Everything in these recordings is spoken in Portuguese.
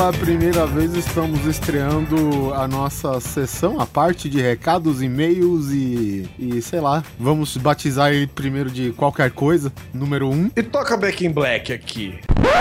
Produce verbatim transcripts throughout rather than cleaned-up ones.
pela primeira vez estamos estreando a nossa sessão, a parte de recados, e-mails e, e sei lá, vamos batizar ele primeiro de qualquer coisa, número um. E toca Back in Black aqui.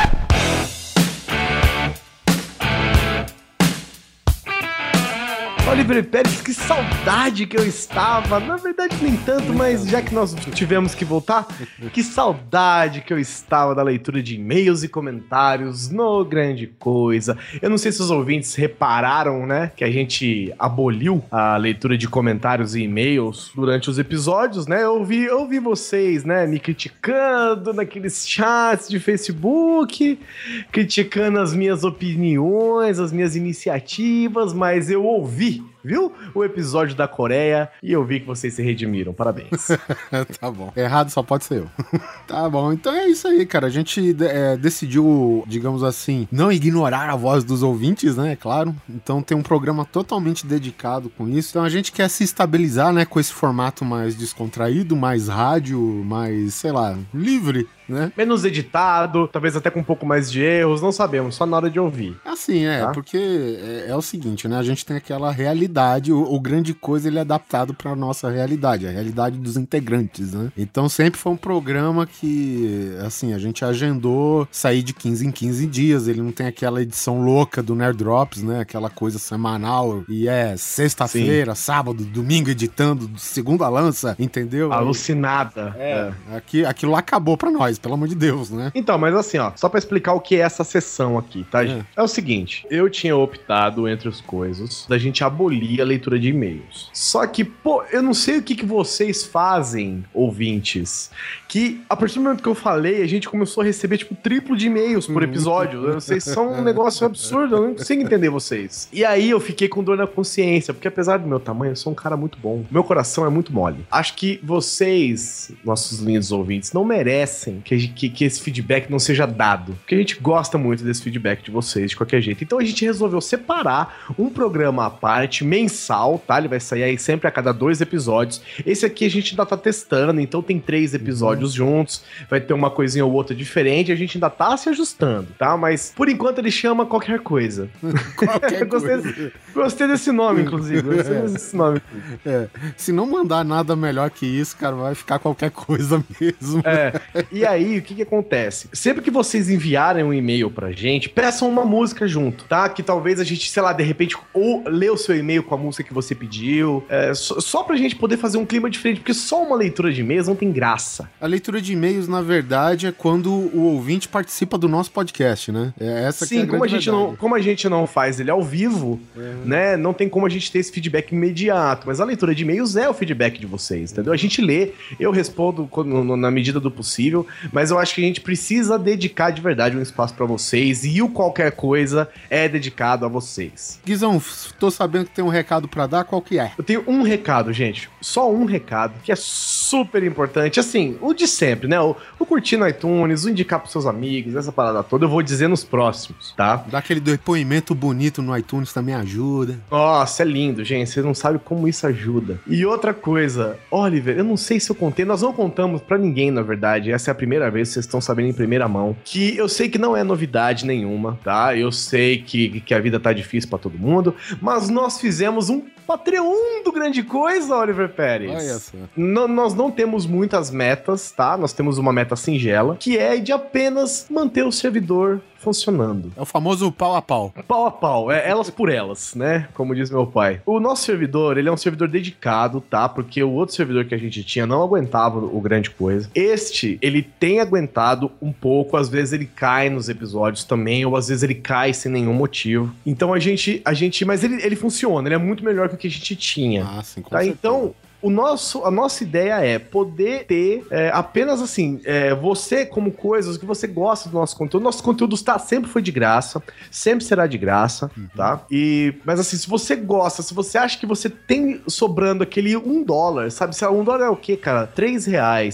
Oliver Pérez, que saudade que eu estava. Na verdade, nem tanto, mas já que nós tivemos que voltar, que saudade que eu estava da leitura de e-mails e comentários no Grande Coisa. Eu não sei se os ouvintes repararam, né, que a gente aboliu a leitura de comentários e e-mails durante os episódios, né? Eu vi, eu vi vocês, né, me criticando naqueles chats de Facebook, criticando as minhas opiniões, as minhas iniciativas, mas eu ouvi, viu? O episódio da Coreia e eu vi que vocês se redimiram. Parabéns. Tá bom. Errado só pode ser eu. Tá bom. Então é isso aí, cara. A gente é, decidiu, digamos assim, não ignorar a voz dos ouvintes, né? É claro. Então tem um programa totalmente dedicado com isso. Então a gente quer se estabilizar, né? Com esse formato mais descontraído, mais rádio, mais, sei lá, livre, né? Menos editado, talvez até com um pouco mais de erros, não sabemos, só na hora de ouvir. Assim, é, tá? Porque é, é o seguinte, né? A gente tem aquela realidade, o, o Grande Coisa ele é adaptado pra nossa realidade, a realidade dos integrantes, né? Então sempre foi um programa que, assim, a gente agendou sair de quinze em quinze dias, ele não tem aquela edição louca do Nerd Drops, né? Aquela coisa semanal, e é sexta-feira, sábado, domingo editando, segunda lança, entendeu? Alucinada. É, é. Aqui, aquilo lá acabou pra nós, pelo amor de Deus, né? Então, mas assim, ó, só pra explicar o que é essa sessão aqui, tá, gente? É. é o seguinte, eu tinha optado, entre as coisas, da gente abolir a leitura de e-mails. Só que, pô, eu não sei o que, que vocês fazem, ouvintes, que a partir do momento que eu falei, a gente começou a receber, tipo, triplo de e-mails por episódio. Vocês são um negócio absurdo, eu não consigo entender vocês. E aí eu fiquei com dor na consciência, porque apesar do meu tamanho, eu sou um cara muito bom. Meu coração é muito mole. Acho que vocês, nossos lindos ouvintes, não merecem Que, que, que esse feedback não seja dado. Porque a gente gosta muito desse feedback de vocês, de qualquer jeito. Então a gente resolveu separar um programa à parte, mensal, tá? Ele vai sair aí sempre a cada dois episódios. Esse aqui a gente ainda tá testando, então tem três episódios uhum. juntos. Vai ter uma coisinha ou outra diferente. A gente ainda tá se ajustando, tá? Mas por enquanto ele chama qualquer coisa. Qualquer gostei, coisa. Gostei desse nome, inclusive. Gostei desse nome. É. Se não mandar nada melhor que isso, cara, vai ficar qualquer coisa mesmo. É. E aí, o que que acontece? Sempre que vocês enviarem um e-mail pra gente, peçam uma música junto, tá? Que talvez a gente, sei lá, de repente, ou lê o seu e-mail com a música que você pediu, é, só, só pra gente poder fazer um clima diferente, porque só uma leitura de e-mails não tem graça. A leitura de e-mails, na verdade, é quando o ouvinte participa do nosso podcast, né? É essa Sim, que é a como a gente verdade. não, como a gente não faz ele ao vivo, é. né? Não tem como a gente ter esse feedback imediato, mas a leitura de e-mails é o feedback de vocês, entendeu? A gente lê, eu respondo quando, na medida do possível, mas eu acho que a gente precisa dedicar de verdade um espaço pra vocês, e o qualquer coisa é dedicado a vocês. Guizão, tô sabendo que tem um recado pra dar, qual que é? Eu tenho um recado, gente, só um recado, que é super importante, assim, o de sempre, né, o, o curtir no iTunes, o indicar pros seus amigos, essa parada toda, eu vou dizer nos próximos, tá? Dá aquele depoimento bonito no iTunes também ajuda. Nossa, é lindo, gente, vocês não sabem como isso ajuda. E outra coisa, Oliver, eu não sei se eu contei, nós não contamos pra ninguém, na verdade, essa é a primeira vez que vocês estão sabendo em primeira mão, que eu sei que não é novidade nenhuma, tá? Eu sei que, que a vida tá difícil pra todo mundo, mas nós fizemos um Patreon do Grande Coisa, Oliver Pérez. Olha só. N- nós não temos muitas metas, tá? Nós temos uma meta singela, que é de apenas manter o servidor funcionando. É o famoso pau a pau. Pau a pau, é elas por elas, né? Como diz meu pai. O nosso servidor, ele é um servidor dedicado, tá? Porque o outro servidor que a gente tinha não aguentava o Grande Coisa. Este, ele tem aguentado um pouco, às vezes ele cai nos episódios também, ou às vezes ele cai sem nenhum motivo. Então a gente, a gente, mas ele, ele funciona, ele é muito melhor que o que a gente tinha. Ah, sim, com tá? certeza. Então, O nosso, a nossa ideia é poder ter é, apenas assim, é, você como coisas que você gosta do nosso conteúdo. Nosso conteúdo está, sempre foi de graça, sempre será de graça, uhum. tá? E, mas assim, se você gosta, se você acha que você tem sobrando aquele um dólar, sabe? Se um dólar é o quê, cara? Três reais.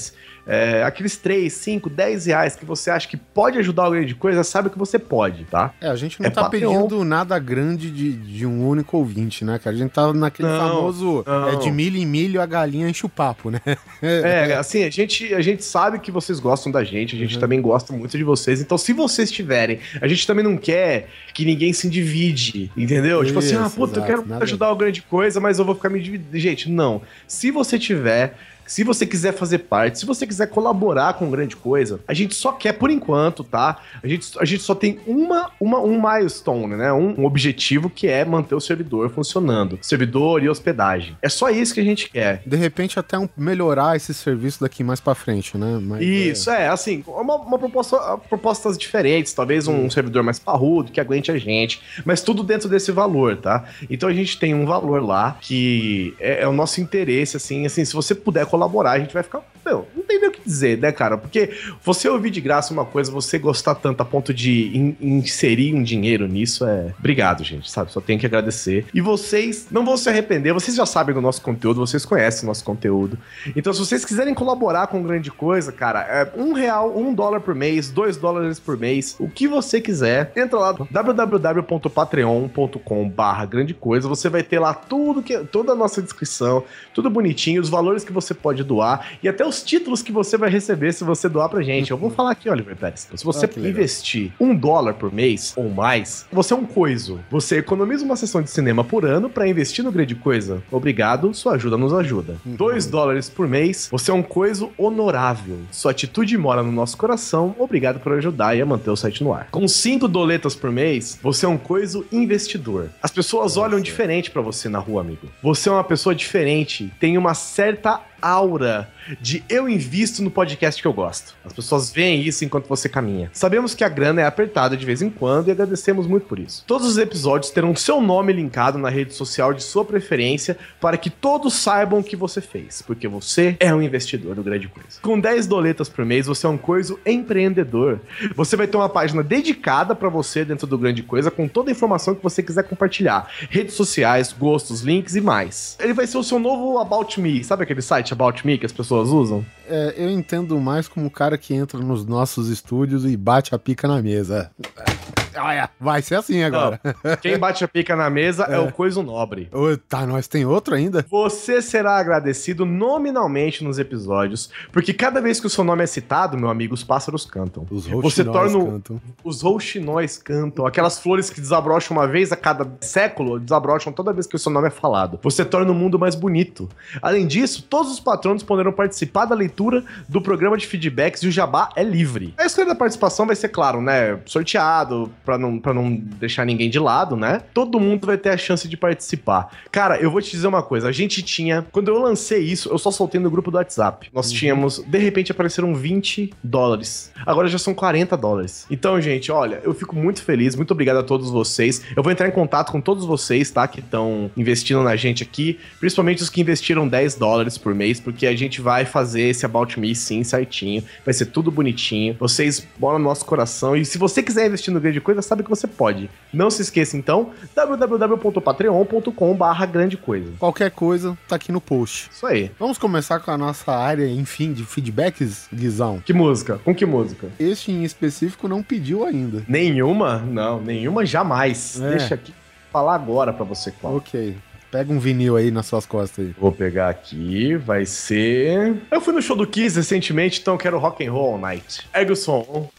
é, aqueles três, cinco, dez reais que você acha que pode ajudar alguém de coisa, sabe que você pode, tá? É, a gente não é tá Patreon. pedindo nada grande de, de um único ouvinte, né, cara? A gente tá naquele Não, famoso não. É, de milho em milho a galinha enche o papo, né? É, assim, a gente, a gente sabe que vocês gostam da gente, a gente uhum. também gosta muito de vocês, então se vocês tiverem, a gente também não quer que ninguém se divide, entendeu? Isso, tipo assim, ah, puta, exato, eu quero ajudar a grande coisa, mas eu vou ficar me dividindo. Gente, não. Se você tiver... Se você quiser fazer parte, se você quiser colaborar com grande coisa, a gente só quer, por enquanto, tá? A gente, a gente só tem uma, uma, um milestone, né? Um, um objetivo que é manter o servidor funcionando. Servidor e hospedagem. É só isso que a gente quer. De repente, até um, melhorar esse serviço daqui mais pra frente, né? Mas, isso, é, é assim, uma, uma proposta, propostas diferentes. Talvez um hum. servidor mais parrudo, que aguente a gente. Mas tudo dentro desse valor, tá? Então a gente tem um valor lá que é, é o nosso interesse, assim, assim, se você puder colaborar, colaborar, a gente vai ficar... Meu, não tem nem o que dizer, né, cara? Porque você ouvir de graça uma coisa, você gostar tanto a ponto de in- inserir um dinheiro nisso, é... Obrigado, gente, sabe? Só tenho que agradecer. E vocês não vão se arrepender, vocês já sabem do nosso conteúdo, vocês conhecem o nosso conteúdo. Então, se vocês quiserem colaborar com grande coisa, cara, é um real, um dólar por mês, dois dólares por mês, o que você quiser, entra lá no w w w ponto patreon ponto com barra grande coisa, você vai ter lá tudo que... toda a nossa descrição, tudo bonitinho, os valores que você pode doar e até os títulos que você vai receber se você doar pra gente. Eu vou falar aqui, Oliver Pérez. Se você ah, investir um dólar por mês ou mais, você é um coiso. Você economiza uma sessão de cinema por ano pra investir no grande coisa. Obrigado, sua ajuda nos ajuda. Uhum. Dois dólares por mês, você é um coiso honorável. Sua atitude mora no nosso coração. Obrigado por ajudar e a manter o site no ar. Com cinco doletas por mês, você é um coiso investidor. As pessoas Nossa. olham diferente pra você na rua, amigo. Você é uma pessoa diferente, tem uma certa aura de eu invisto no podcast que eu gosto. As pessoas veem isso enquanto você caminha. Sabemos que a grana é apertada de vez em quando e agradecemos muito por isso. Todos os episódios terão seu nome linkado na rede social de sua preferência para que todos saibam o que você fez, porque você é um investidor do grande coisa. Com dez doletas por mês, você é um coiso empreendedor. Você vai ter uma página dedicada para você dentro do grande coisa com toda a informação que você quiser compartilhar. Redes sociais, gostos, links e mais. Ele vai ser o seu novo About Me. Sabe aquele site About Me que as pessoas usam? É, eu entendo mais como o cara que entra nos nossos estúdios e bate a pica na mesa. Olha, vai ser assim agora. Não, quem bate a pica na mesa é, é o coiso nobre. Ô, tá, nós tem outro ainda? Você será agradecido nominalmente nos episódios, porque cada vez que o seu nome é citado, meu amigo, os pássaros cantam. Os rouxinóis cantam. Os rouxinóis cantam. Aquelas flores que desabrocham uma vez a cada século, desabrocham toda vez que o seu nome é falado. Você torna o mundo mais bonito. Além disso, todos os patronos poderão participar da leitura do programa de feedbacks e o jabá é livre. A escolha da participação vai ser, claro, né, sorteado, pra não, pra não deixar ninguém de lado, né? Todo mundo vai ter a chance de participar. Cara, eu vou te dizer uma coisa, a gente tinha... Quando eu lancei isso, eu só soltei no grupo do WhatsApp. Nós uhum. tínhamos... De repente apareceram vinte dólares. Agora já são quarenta dólares. Então, gente, olha, eu fico muito feliz, muito obrigado a todos vocês. Eu vou entrar em contato com todos vocês, tá? Que estão investindo na gente aqui, principalmente os que investiram dez dólares por mês, porque a gente vai fazer esse About Me sim, certinho. Vai ser tudo bonitinho. Vocês moram no nosso coração. E se você quiser investir no grande coisa, sabe que você pode. Não se esqueça, então, w w w ponto patreon ponto com barra grande coisa. Qualquer coisa, tá aqui no post. Isso aí. Vamos começar com a nossa área, enfim, de feedbacks, Guizão? Que música? Com que música? Este em específico não pediu ainda. Nenhuma? Não, nenhuma jamais. É. Deixa aqui falar agora pra você qual. Ok. Pega um vinil aí nas suas costas aí. Vou pegar aqui, vai ser... Eu fui no show do Kiss recentemente, então eu quero Rock and Roll All Night. Ergue o som.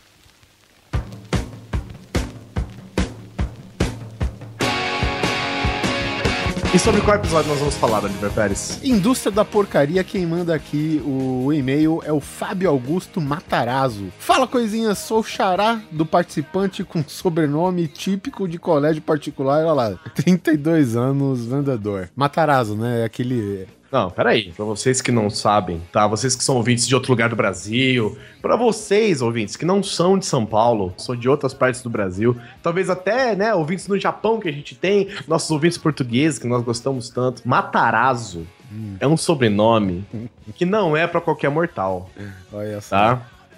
E sobre qual episódio nós vamos falar, Oliver Pérez? Indústria da porcaria, quem manda aqui o e-mail é o Fábio Augusto Matarazzo. Fala, coisinha, sou xará do participante com sobrenome típico de colégio particular, olha lá, trinta e dois anos, vendedor. Matarazzo, né, aquele... Não, peraí. Pra vocês que não sabem, tá? Vocês que são ouvintes de outro lugar do Brasil, pra vocês, ouvintes, que não são de São Paulo, são de outras partes do Brasil, talvez até, né, ouvintes no Japão que a gente tem, nossos ouvintes portugueses que nós gostamos tanto. Matarazzo hum. é um sobrenome que não é pra qualquer mortal. Olha só. Tá?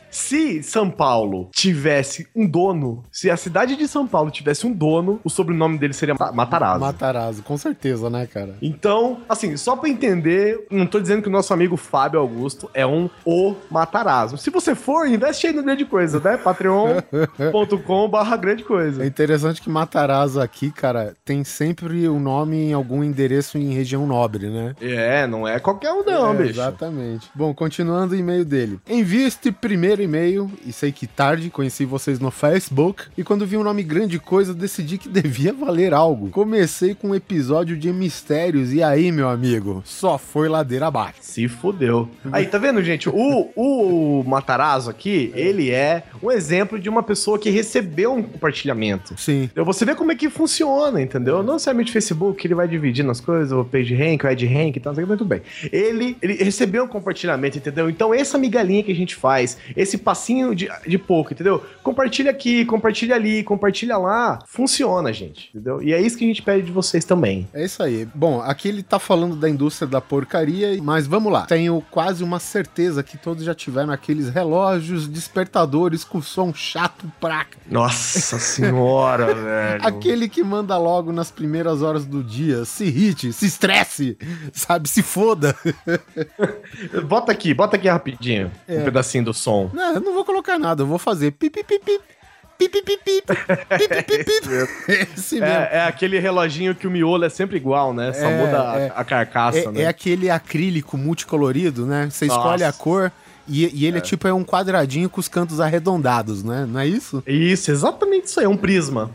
Se São Paulo tivesse um dono, se a cidade de São Paulo tivesse um dono, o sobrenome dele seria Matarazzo. Matarazzo, com certeza, né, cara? Então, assim, só pra entender, não tô dizendo que o nosso amigo Fábio Augusto é um O Matarazzo. Se você for, investe aí no Grande Coisa, né? patreon ponto com barra grande coisa. É interessante que Matarazzo aqui, cara, tem sempre o nome em algum endereço em região nobre, né? É, não é qualquer um não, é, bicho. Exatamente. Bom, continuando o e-mail dele. Envie este primeiro e-mail, e sei que tarde, conheci vocês no Facebook, e quando vi o nome Grande Coisa, decidi que devia valer algo. Comecei com um episódio de mistérios, e aí, meu amigo, só foi ladeira abaixo. Se fudeu. Aí, tá vendo, gente? O, o Matarazzo aqui, ele é um exemplo de uma pessoa que recebeu um compartilhamento. Sim. Então, você vê como é que funciona, entendeu? Não necessariamente o Facebook, ele vai dividindo as coisas, o PageRank, o EdRank e tal, muito bem. Ele, ele recebeu um compartilhamento, entendeu? Então, essa migalhinha que a gente faz, esse passinho de, de pouco, entendeu? Compartilha aqui, compartilha ali, compartilha lá, funciona, gente, entendeu? E é isso que a gente pede de vocês também. É isso aí. Bom, aqui ele tá falando da indústria da porcaria, mas vamos lá. Tenho quase uma certeza que todos já tiveram aqueles relógios despertadores com som chato praca. Nossa senhora, velho. Aquele que manda logo nas primeiras horas do dia, se irrite, se estresse, sabe, se foda. Bota aqui, bota aqui rapidinho, é. um pedacinho do som. Não, eu não vou colocar nada, eu vou fazer pip, pip, pip. Pip, pip, pip, pip, pip, pip. Esse mesmo. É, é aquele reloginho que o miolo é sempre igual, né? Só é, muda a, é, a carcaça, é, né? É aquele acrílico multicolorido, né? Você Nossa. escolhe a cor e, e ele é. é tipo é um quadradinho com os cantos arredondados, né? Não é isso? Isso, exatamente isso aí, é um prisma.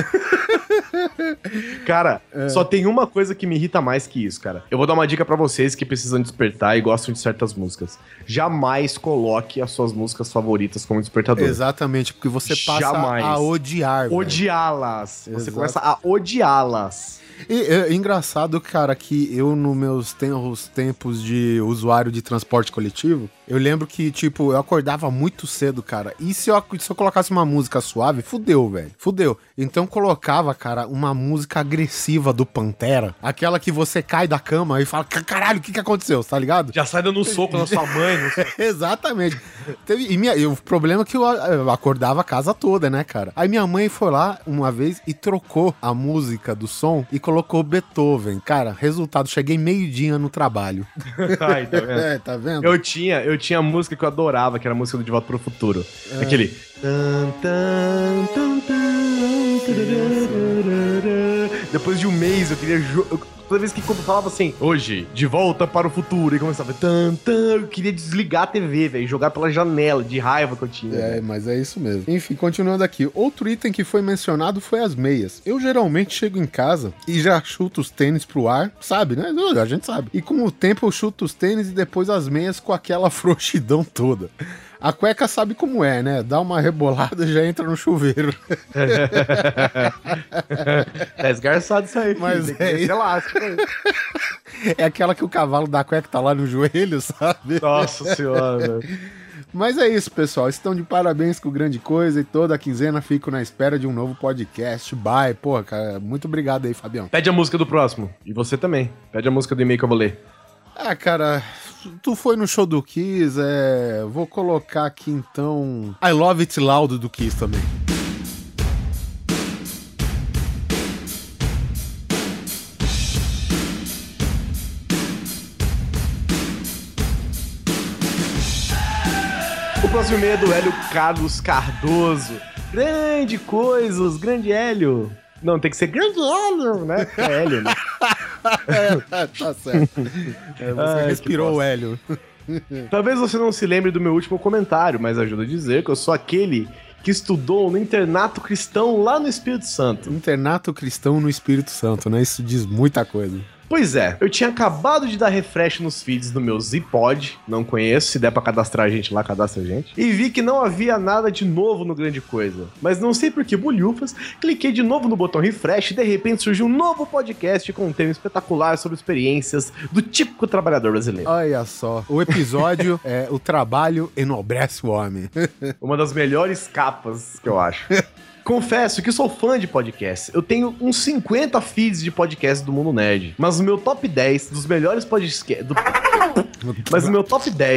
Cara, é. só tem uma coisa que me irrita mais que isso, cara. Eu vou dar uma dica pra vocês que precisam despertar e gostam de certas músicas. Jamais coloque as suas músicas favoritas como despertador. Exatamente, porque você passa Jamais. a odiar. Odiá-las. Você começa a odiá-las. E é engraçado, cara, que eu, nos meus tenros tempos de usuário de transporte coletivo, eu lembro que, tipo, eu acordava muito cedo, cara. E se eu, se eu colocasse uma música suave, fudeu, velho. Fudeu. Então colocava, cara, uma música agressiva do Pantera. Aquela que você cai da cama e fala, caralho, o que que aconteceu? Tá ligado? Já sai dando um soco na sua mãe. Exatamente. Teve, e, minha, e o problema é que eu, eu acordava a casa toda, né, cara? Aí minha mãe foi lá uma vez e trocou a música do som e colocou Beethoven. Cara, resultado, cheguei meio-dia no trabalho. Ai, tá vendo? É, tá vendo? Eu tinha, eu tinha a música que eu adorava, que era a música do De Volta pro Futuro. É. Aquele... Depois de um mês, eu queria... Jo- Toda vez que falava assim, hoje, de volta para o futuro, e começava, tan, tan, eu queria desligar a T V, velho, jogar pela janela, de raiva que eu tinha. É, véio. Mas é isso mesmo. Enfim, continuando aqui, outro item que foi mencionado foi as meias. Eu geralmente chego em casa e já chuto os tênis pro ar, sabe, né? A gente sabe. E com o tempo eu chuto os tênis e depois as meias com aquela frouxidão toda. A cueca sabe como é, né? Dá uma rebolada e já entra no chuveiro. É esgarçado isso aí. Mas filho, é, elástico aí. É aquela que o cavalo da cueca tá lá no joelho, sabe? Nossa senhora. Mas é isso, pessoal. Estão de parabéns com Grande Coisa e toda a quinzena fico na espera de um novo podcast. Bye. Pô, cara, muito obrigado aí, Fabião. Pede a música do próximo. E você também. Pede a música do e-mail que eu vou ler. Ah, cara, tu foi no show do Kiss, é... Vou colocar aqui, então... I Love It Loud do Kiss também. O próximo e-mail é do Hélio Carlos Cardoso. Grande Coisas, grande Hélio. Não, tem que ser grande Hélio, né? É Hélio, né? É, tá certo. É, você Ai, respirou o Hélio. Talvez você não se lembre do meu último comentário, mas ajuda a dizer que eu sou aquele que estudou no Internato Cristão lá no Espírito Santo. Internato Cristão no Espírito Santo, né? Isso diz muita coisa. Pois é, eu tinha acabado de dar refresh nos feeds do meu Zipod, não conheço, se der pra cadastrar a gente lá, cadastra a gente, e vi que não havia nada de novo no Grande Coisa. Mas não sei por que bolhufas, cliquei de novo no botão refresh e de repente surgiu um novo podcast com um tema espetacular sobre experiências do típico trabalhador brasileiro. Olha só, o episódio é O Trabalho Enobrece o Homem. Uma das melhores capas que eu acho. Confesso que sou fã de podcast. Eu tenho uns cinquenta feeds de podcast do Mundo Nerd. Mas o meu top dez dos melhores podcasts... Do... Mas o meu top dez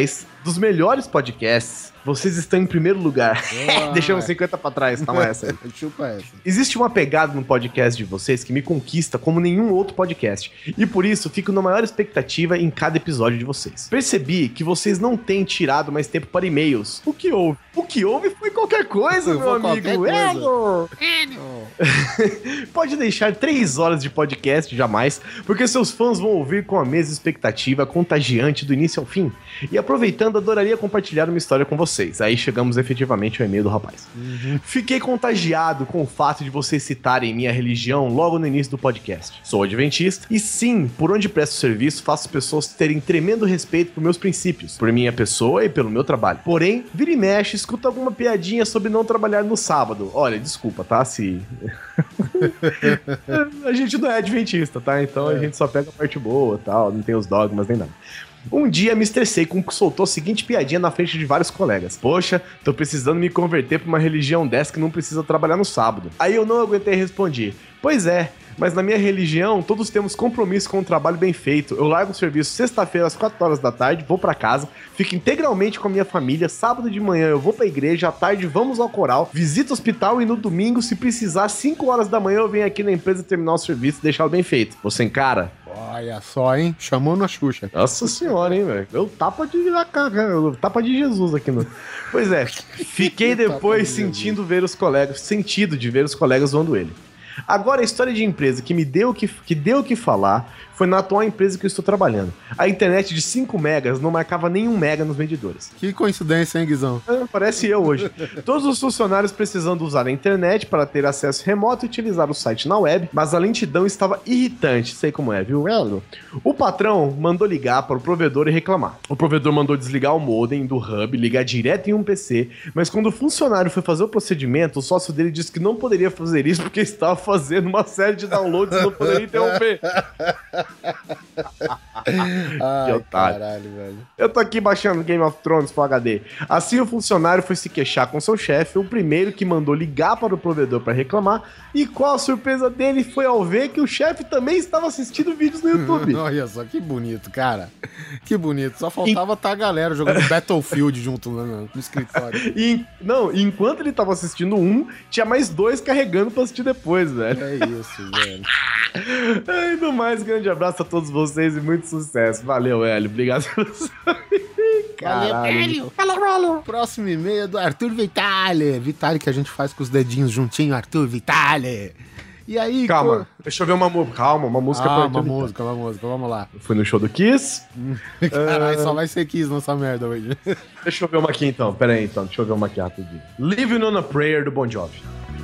dos melhores podcasts, vocês estão em primeiro lugar. Deixamos cinquenta pra trás, toma essa aí. Chupa essa. Existe uma pegada no podcast de vocês que me conquista como nenhum outro podcast. E por isso, fico na maior expectativa em cada episódio de vocês. Percebi que vocês não têm tirado mais tempo para e-mails. O que houve? O que houve foi qualquer coisa, Foi meu amigo. Ego! Pode deixar três horas de podcast, jamais, porque seus fãs vão ouvir com a mesma expectativa contagiante do início ao fim. E aproveitando, adoraria compartilhar uma história com vocês. Aí chegamos efetivamente ao e-mail do rapaz. Uhum. Fiquei contagiado com o fato de vocês citarem minha religião logo no início do podcast. Sou adventista e sim, por onde presto serviço, faço pessoas terem tremendo respeito por meus princípios, por minha pessoa e pelo meu trabalho. Porém, vira e mexe, escuta alguma piadinha sobre não trabalhar no sábado. Olha, desculpa, tá? Se... a gente não é adventista, tá? Então é. A gente só pega a parte boa, tal, não tem os dogmas nem nada. Um dia me estressei com que soltou a seguinte piadinha na frente de vários colegas. Poxa, tô precisando me converter pra uma religião dessa que não precisa trabalhar no sábado. Aí eu não aguentei e respondi: pois é, mas na minha religião todos temos compromisso com um trabalho bem feito. Eu largo o serviço sexta-feira às quatro horas da tarde, vou pra casa, fico integralmente com a minha família. Sábado de manhã eu vou pra igreja, à tarde vamos ao coral, visito o hospital e no domingo, se precisar, cinco horas da manhã eu venho aqui na empresa terminar o serviço e deixá-lo bem feito. Você encara? Olha só, hein? Chamou na Xuxa. Nossa senhora, hein, velho? Eu tapa de eu tapa de Jesus aqui no... Pois é, fiquei depois sentindo ver os colegas, sentido de ver os colegas zoando ele. Agora, a história de empresa que me deu o que, que deu o que falar foi na atual empresa que eu estou trabalhando. A internet de cinco megas não marcava nenhum mega nos medidores. Que coincidência, hein, Guizão? É, parece eu hoje. Todos os funcionários precisando usar a internet para ter acesso remoto e utilizar o site na web, mas a lentidão estava irritante. Sei como é, viu, Elo? O patrão mandou ligar para o provedor e reclamar. O provedor mandou desligar o modem do hub, ligar direto em um P C, mas quando o funcionário foi fazer o procedimento, o sócio dele disse que não poderia fazer isso porque estava fazendo uma série de downloads e não poderia interromper. Ai, que otário. Caralho, velho. Eu tô aqui baixando Game of Thrones Full H D. Assim o funcionário foi se queixar com seu chefe, o primeiro que mandou ligar para o provedor para reclamar, e qual a surpresa dele foi ao ver que o chefe também estava assistindo vídeos no YouTube. Olha só, que bonito, cara. Que bonito. Só faltava estar a galera jogando Battlefield junto no, no escritório. E, não, enquanto ele tava assistindo um, tinha mais dois carregando pra assistir depois, velho. É isso, velho. E no mais, grande abraço a todos vocês e muito sucesso. Valeu, Hélio. Obrigado pelo Valeu, Hélio. Valeu, Hélio. Próximo e-mail é do Arthur Vitale. Vitale que a gente faz com os dedinhos juntinho, Arthur Vitale. E aí, calma, co... deixa eu ver uma música. Calma, uma música. Ah, uma música, uma música, vamos lá. Eu fui no show do Kiss. Caralho, uh... só vai ser Kiss nessa merda hoje. Deixa eu ver uma aqui então, pera aí então, deixa eu ver uma aqui rapidinho. Living on a Prayer do Bon Jovi.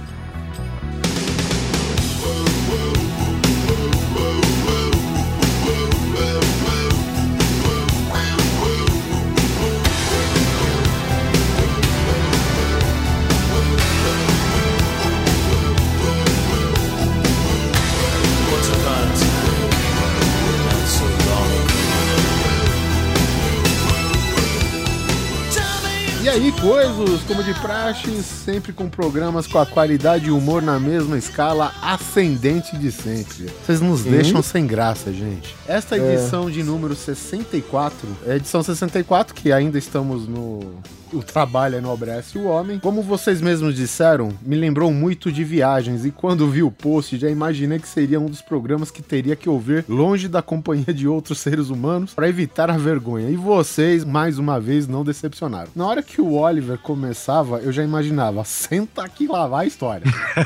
E aí, coisas, como de praxe, sempre com programas com a qualidade e humor na mesma escala ascendente de sempre. Vocês nos deixam hum? sem graça, gente. Esta edição é. de número sessenta e quatro, é a edição sessenta e quatro, que ainda estamos no... O trabalho enobrece o homem. Como vocês mesmos disseram, me lembrou muito de viagens, e quando vi o post já imaginei que seria um dos programas que teria que ouvir longe da companhia de outros seres humanos para evitar a vergonha. E vocês, mais uma vez, não decepcionaram. Na hora que o Oliver começava, eu já imaginava, senta aqui lá vai a história.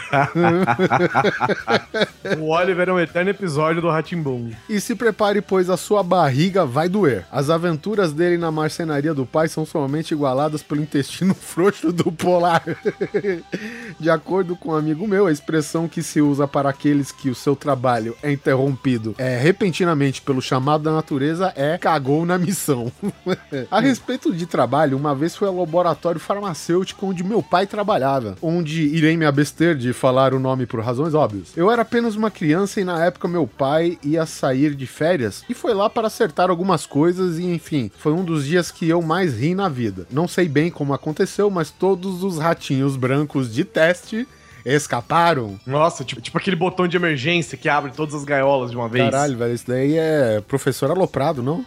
O Oliver é um eterno episódio do Rá-Tim-Bum. E se prepare, pois a sua barriga vai doer. As aventuras dele na marcenaria do pai são somente igualadas pelo intestino frouxo do Polar. De acordo com um amigo meu, a expressão que se usa para aqueles que o seu trabalho é interrompido é, repentinamente pelo chamado da natureza é cagou na missão. A respeito de trabalho, uma vez fui ao laboratório farmacêutico onde meu pai trabalhava, onde irei me abster de falar o nome por razões óbvias. Eu era apenas uma criança e na época meu pai ia sair de férias e foi lá para acertar algumas coisas e enfim, foi um dos dias que eu mais ri na vida. Não sei bem como aconteceu, mas todos os ratinhos brancos de teste Escaparam? Nossa, tipo, tipo aquele botão de emergência que abre todas as gaiolas de uma vez. Caralho, velho, isso daí é professor aloprado, não?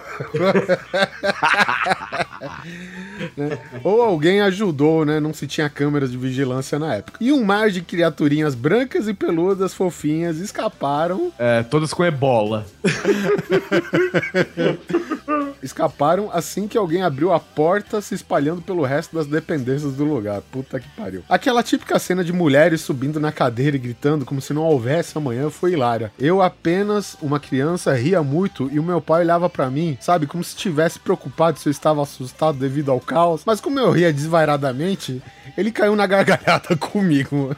Né? Ou alguém ajudou, né? Não se tinha câmeras de vigilância na época. E um mar de criaturinhas brancas e peludas fofinhas escaparam. É, todas com ebola. Escaparam assim que alguém abriu a porta, se espalhando pelo resto das dependências do lugar. Puta que pariu. Aquela típica cena de mulheres subindo na cadeira e gritando como se não houvesse amanhã foi hilária. Eu apenas, uma criança, ria muito e o meu pai olhava pra mim, sabe, como se estivesse preocupado se eu estava assustado devido ao caos. Mas como eu ria desvairadamente, ele caiu na gargalhada comigo.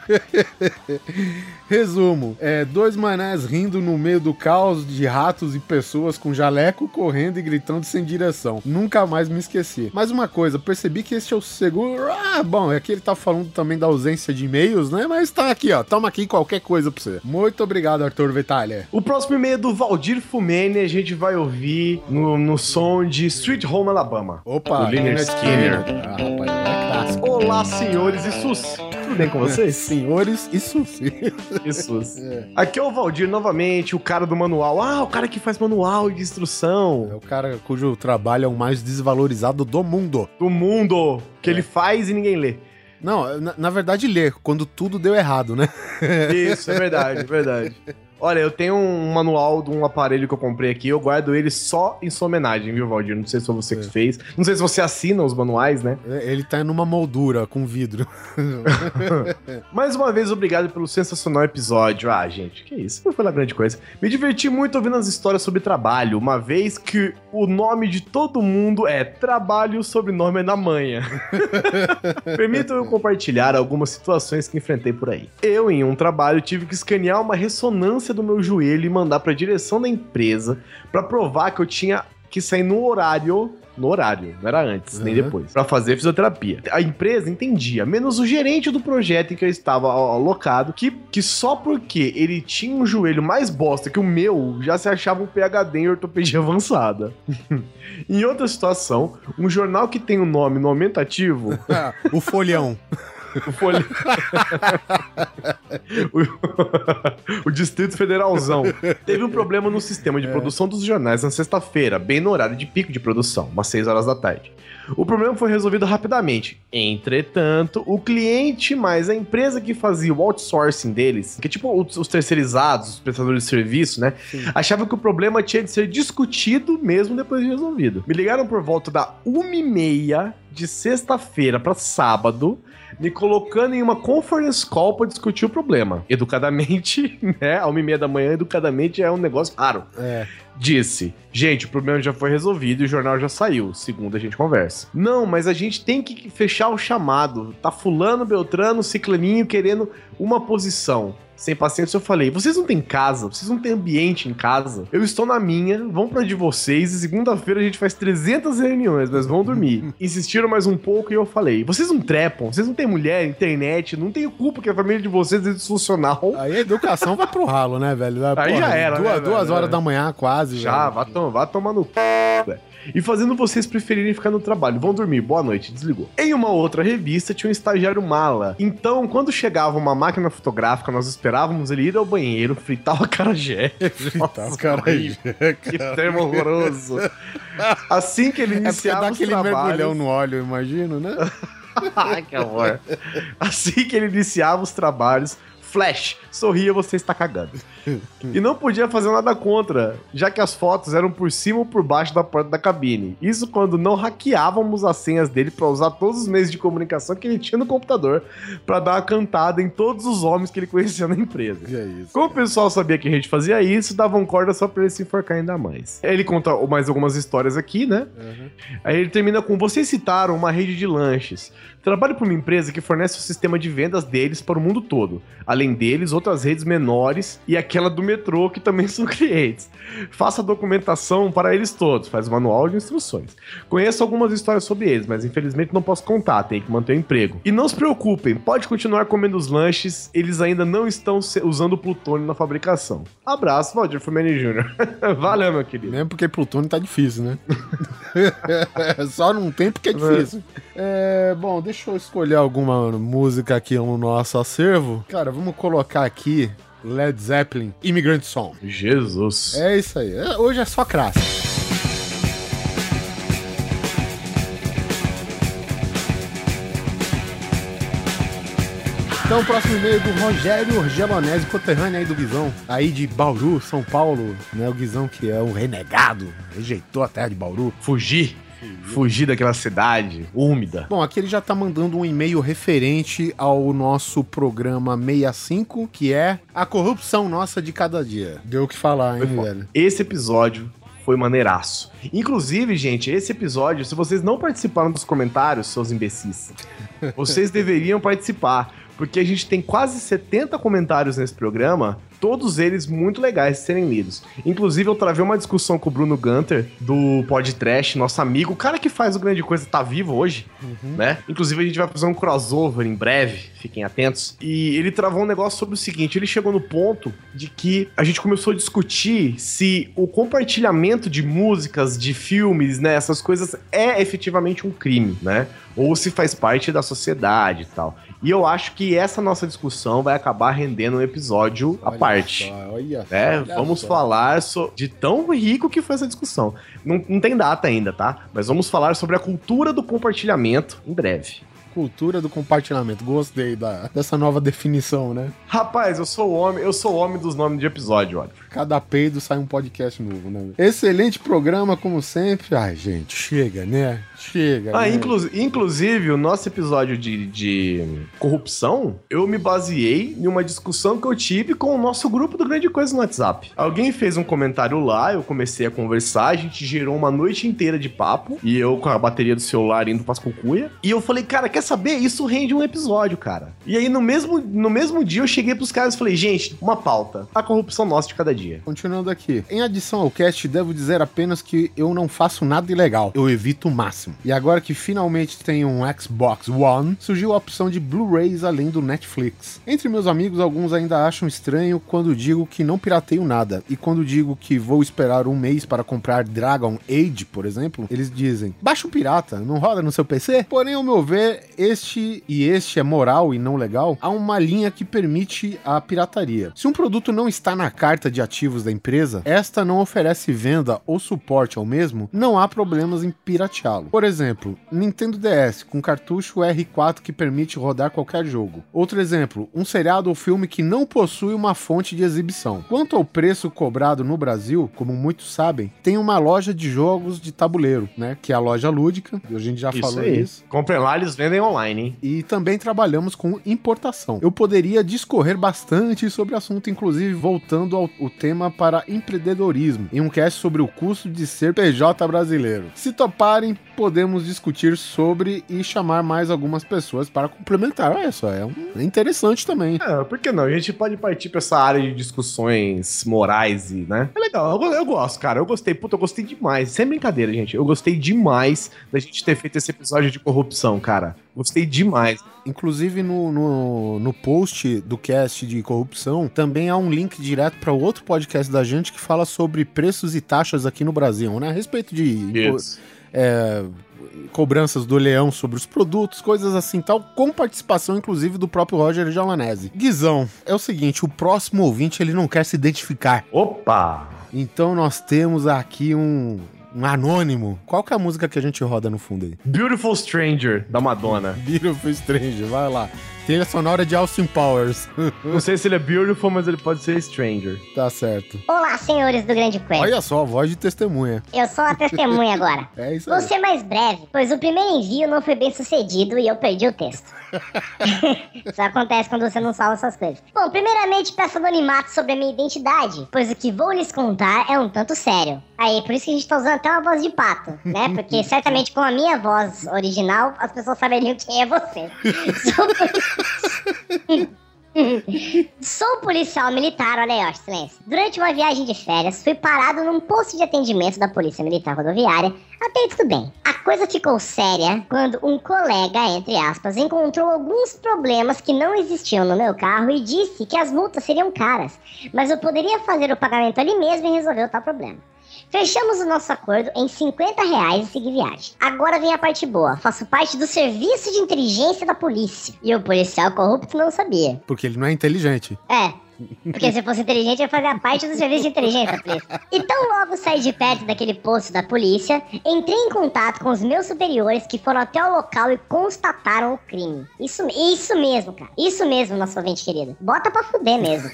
Resumo, é, dois manés rindo no meio do caos de ratos e pessoas com jaleco correndo e gritando sem direção. Nunca mais me esqueci. Mais uma coisa, percebi que este é o segundo... Ah, bom, é que ele tá falando também da ausência de e-mails, né? Mas tá aqui, ó. Toma aqui qualquer coisa pra você. Muito obrigado, Arthur Vitale. O próximo e-mail é do Valdir Fumene, a gente vai ouvir no, no som de Sweet Home Alabama. Opa, do Lynyrd Skynyrd. Ah, rapaz, é clássico. Olá, senhores e sus. Tudo bem com vocês? Senhores e sus. E sus. É. Aqui é o Valdir novamente, o cara do manual. Ah, o cara que faz manual de instrução. É o cara cujo trabalho é o mais desvalorizado do mundo. Do mundo. Que é. Ele faz e ninguém lê. Não, na, na verdade lê, quando tudo deu errado, né? Isso, é verdade, é verdade. Olha, eu tenho um manual de um aparelho que eu comprei aqui, eu guardo ele só em sua homenagem, viu, Valdir? Não sei se foi você é. que fez. Não sei se você assina os manuais, né? Ele tá numa moldura com vidro. Mais uma vez, obrigado pelo sensacional episódio. Ah, gente, que isso? Não foi lá grande coisa. Me diverti muito ouvindo as histórias sobre trabalho, uma vez que o nome de todo mundo é Trabalho, o sobrenome é da manha. Permitam eu compartilhar algumas situações que enfrentei por aí. Eu, em um trabalho, tive que escanear uma ressonância do meu joelho e mandar para a direção da empresa para provar que eu tinha que sair no horário, no horário, não era antes, uhum. nem depois, para fazer fisioterapia. A empresa entendia, menos o gerente do projeto em que eu estava alocado, que, que só porque ele tinha um joelho mais bosta que o meu, já se achava um P H D em ortopedia avançada. Em outra situação, um jornal que tem o um nome no aumentativo... Ah, o Folhão. O, folha... o, o Distrito Federalzão teve um problema no sistema de é. produção dos jornais na sexta-feira, bem no horário de pico de produção, umas seis horas da tarde. O problema foi resolvido rapidamente. Entretanto, o cliente mais a empresa que fazia o outsourcing deles, que é tipo os, os terceirizados, os prestadores de serviço, né? Sim. Achava que o problema tinha de ser discutido mesmo depois de resolvido. Me ligaram por volta da uma e meia de sexta-feira para sábado, me colocando em uma conference call para discutir o problema. Educadamente, né? A uma e meia da manhã, educadamente, é um negócio raro. É. Disse, gente, o problema já foi resolvido e o jornal já saiu. Segunda a gente conversa. Não, mas a gente tem que fechar o chamado. Tá fulano, beltrano, ciclaninho querendo uma posição. Sem paciência, eu falei, vocês não têm casa, vocês não têm ambiente em casa. Eu estou na minha, vão pra de vocês e segunda-feira a gente faz trezentas reuniões, mas vão dormir. Insistiram mais um pouco e eu falei, vocês não trepam, vocês não têm mulher, internet, não tenho culpa que a família de vocês é disfuncional. Aí a educação vai pro ralo, né, velho? Aí Porra, já era, Duas, né, duas velho? horas da manhã quase, já, vá, tom, vá tomar no c... velho. E fazendo vocês preferirem ficar no trabalho. Vão dormir, boa noite, desligou. Em uma outra revista tinha um estagiário mala. Então, quando chegava uma máquina fotográfica, nós esperávamos ele ir ao banheiro, fritar o acarajé. Fritar o acarajé, que termo horroroso. Assim que ele iniciava é os aquele trabalhos... mergulhão no óleo, eu imagino, né? Ai, que amor. Assim que ele iniciava os trabalhos... Flash, sorria, você está cagando. E não podia fazer nada contra, já que as fotos eram por cima ou por baixo da porta da cabine. Isso quando não hackeávamos as senhas dele para usar todos os meios de comunicação que ele tinha no computador para dar uma cantada em todos os homens que ele conhecia na empresa. É isso. Como o pessoal sabia que a gente fazia isso, davam corda só para ele se enforcar ainda mais. Ele conta mais algumas histórias aqui, né? Uhum. Aí ele termina com, vocês citaram uma rede de lanches. Trabalho para uma empresa que fornece o sistema de vendas deles para o mundo todo. Além deles, outras redes menores e aquela do metrô que também são clientes. Faça a documentação para eles todos, faz o manual de instruções. Conheço algumas histórias sobre eles, mas infelizmente não posso contar, tem que manter o emprego. E não se preocupem, pode continuar comendo os lanches, eles ainda não estão usando plutônio na fabricação. Abraço, Valdir Fumene Júnior Valeu, meu querido. Mesmo porque plutônio tá difícil, né? Só não tem porque é difícil. É, bom, deixa eu escolher alguma música aqui no nosso acervo. Cara, vamos colocar aqui Led Zeppelin, Immigrant Song. Jesus. É isso aí. É, hoje é só crasse. Então, o próximo e-mail do Rogério Gelonese, conterrâneo aí do Guizão, aí de Bauru, São Paulo, né? O Guizão que é um renegado, rejeitou a terra de Bauru. Fugir. Fugir daquela cidade úmida. Bom, aqui ele já tá mandando um e-mail referente ao nosso programa sessenta e cinco, que é a corrupção nossa de cada dia. Deu o que falar, hein, velho? Esse episódio foi maneiraço. Inclusive, gente, esse episódio, se vocês não participaram dos comentários, seus imbecis, vocês deveriam participar, porque a gente tem quase setenta comentários nesse programa, todos eles muito legais de serem lidos. Inclusive, eu travei uma discussão com o Bruno Gunter, do Podtrash, nosso amigo, o cara que faz o Grande Coisa tá vivo hoje, uhum. né? Inclusive, a gente vai fazer um crossover em breve, fiquem atentos. E ele travou um negócio sobre o seguinte, ele chegou no ponto de que a gente começou a discutir se o compartilhamento de músicas, de filmes, né, essas coisas é efetivamente um crime, né? Ou se faz parte da sociedade e tal. E eu acho que essa nossa discussão vai acabar rendendo um episódio à parte. Só, olha né? Olha vamos só. falar so- de tão rico que foi essa discussão. Não, não tem data ainda, tá? Mas vamos falar sobre a cultura do compartilhamento em breve. Cultura do compartilhamento. Gostei da, dessa nova definição, né? Rapaz, eu sou o homem, eu sou o homem dos nomes de episódio, olha. Cada peido sai um podcast novo, né? Excelente programa, como sempre. Ai, gente, chega, né? Chega. Ah, né? inclu- inclusive, o nosso episódio de, de corrupção, eu me baseei em uma discussão que eu tive com o nosso grupo do Grande Coisa no WhatsApp. Alguém fez um comentário lá, eu comecei a conversar, a gente gerou uma noite inteira de papo, e eu com a bateria do celular indo pras cucuia, e eu falei, cara, quer saber? Isso rende um episódio, cara. E aí, no mesmo, no mesmo dia, eu cheguei pros caras e falei, gente, uma pauta, a corrupção nossa de cada dia. Continuando aqui. Em adição ao cast, devo dizer apenas que eu não faço nada ilegal. Eu evito o máximo. E agora que finalmente tenho um Xbox One, surgiu a opção de Blu-rays além do Netflix. Entre meus amigos, alguns ainda acham estranho quando digo que não pirateio nada. E quando digo que vou esperar um mês para comprar Dragon Age, por exemplo, eles dizem, baixa o pirata, não roda no seu P C? Porém, ao meu ver, este e este é moral e não legal, há uma linha que permite a pirataria. Se um produto não está na carta de ativos da empresa, esta não oferece venda ou suporte ao mesmo, não há problemas em pirateá-lo. Por exemplo, Nintendo D S com cartucho R quatro que permite rodar qualquer jogo. Outro exemplo, um seriado ou filme que não possui uma fonte de exibição. Quanto ao preço cobrado no Brasil, como muitos sabem, tem uma loja de jogos de tabuleiro, né, que é a Loja Lúdica, a gente já isso falou aí. isso. Comprem lá, eles vendem online, hein? E também trabalhamos com importação. Eu poderia discorrer bastante sobre o assunto, inclusive voltando ao, ao tema para empreendedorismo, em um cast sobre o custo de ser P J brasileiro. Se toparem, podemos discutir sobre e chamar mais algumas pessoas para complementar. Olha só, é, um, é interessante também. É, por que não? A gente pode partir pra essa área de discussões morais e, né? É legal, eu, eu gosto, cara. Eu gostei, puta, eu gostei demais. Sem brincadeira, gente. Eu gostei demais da gente ter feito esse episódio de corrupção, cara. Gostei demais. Inclusive no, no, no post do cast de corrupção, também há um link direto para outro podcast da gente que fala sobre preços e taxas aqui no Brasil, né? A respeito de Isso. é, cobranças do leão sobre os produtos, coisas assim tal, com participação inclusive do próprio Roger Gelonese. Guizão, é o seguinte, o próximo ouvinte ele não quer se identificar. Opa! Então nós temos aqui um... um anônimo. Qual que é a música que a gente roda no fundo aí? Beautiful Stranger, da Madonna. Beautiful Stranger, vai lá. Trilha sonora de Austin Powers. Não sei se ele é beautiful, mas ele pode ser stranger. Tá certo. Olá, senhores do Grande Coisa. Olha só, voz de testemunha. Eu sou a testemunha agora. É isso aí. Vou ser mais breve, pois o primeiro envio não foi bem sucedido e eu perdi o texto. Isso acontece quando você não salva essas coisas. Bom, primeiramente peço anonimato sobre a minha identidade, pois o que vou lhes contar é um tanto sério. Aí, por isso que a gente tá usando até uma voz de pato, né? Porque certamente com a minha voz original, as pessoas saberiam quem é você. Sou... Sou policial militar, olha aí, ó, silêncio. Durante uma viagem de férias, fui parado num posto de atendimento da Polícia Militar Rodoviária. Até aí tudo bem. A coisa ficou séria quando um colega, entre aspas, encontrou alguns problemas que não existiam no meu carro e disse que as multas seriam caras, mas eu poderia fazer o pagamento ali mesmo e resolver o tal problema. Fechamos o nosso acordo em cinquenta reais e segui viagem. Agora vem a parte boa. Faço parte do serviço de inteligência da polícia. E o policial corrupto não sabia. Porque ele não é inteligente. É. Porque se eu fosse inteligente, eu fazia parte do serviço de inteligência, polícia. Então logo saí de perto daquele posto da polícia, entrei em contato com os meus superiores que foram até o local e constataram o crime. Isso, isso mesmo, cara. Isso mesmo, nosso ouvinte querido. Bota pra fuder mesmo.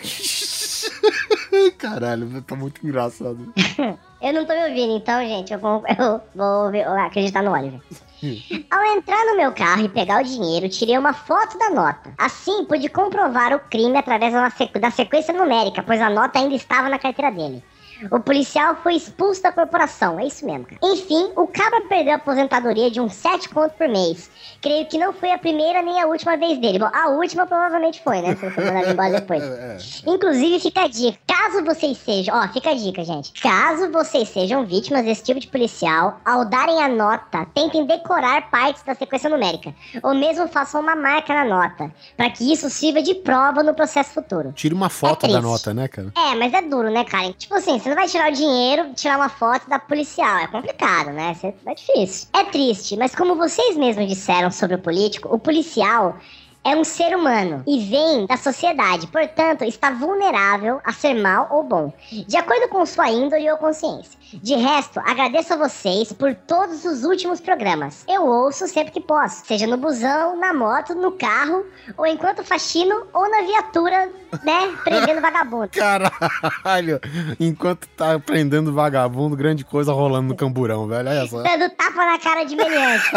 Caralho, tá muito engraçado. Eu não tô me ouvindo, então, gente, eu vou, eu vou, eu vou acreditar no Oliver. Ao entrar no meu carro e pegar o dinheiro, tirei uma foto da nota. Assim, pude comprovar o crime através da, sequ- da sequência numérica, pois a nota ainda estava na carteira dele. O policial foi expulso da corporação, é isso mesmo, cara. Enfim, o cabra perdeu a aposentadoria de uns sete contos por mês. Creio que não foi a primeira nem a última vez dele. Bom, a última provavelmente foi, né? Se você mandar embora depois. Inclusive, fica a dica. Caso vocês sejam... Ó, fica a dica, gente. Caso vocês sejam vítimas desse tipo de policial, ao darem a nota, tentem decorar partes da sequência numérica. Ou mesmo façam uma marca na nota, para que isso sirva de prova no processo futuro. Tire uma foto é da nota, né, cara? É, mas é duro, né, cara? Tipo assim, você não vai tirar o dinheiro, tirar uma foto da policial. É complicado, né? É difícil. É triste, mas como vocês mesmos disseram sobre o político, o policial é um ser humano e vem da sociedade, portanto, está vulnerável a ser mal ou bom, de acordo com sua índole ou consciência. De resto, agradeço a vocês por todos os últimos programas. Eu ouço sempre que posso, seja no busão, na moto, no carro, ou enquanto faxino, ou na viatura, né, prendendo vagabundo. Caralho, enquanto tá prendendo vagabundo, grande coisa rolando no camburão, velho, olha só. Dando tapa na cara de meliante.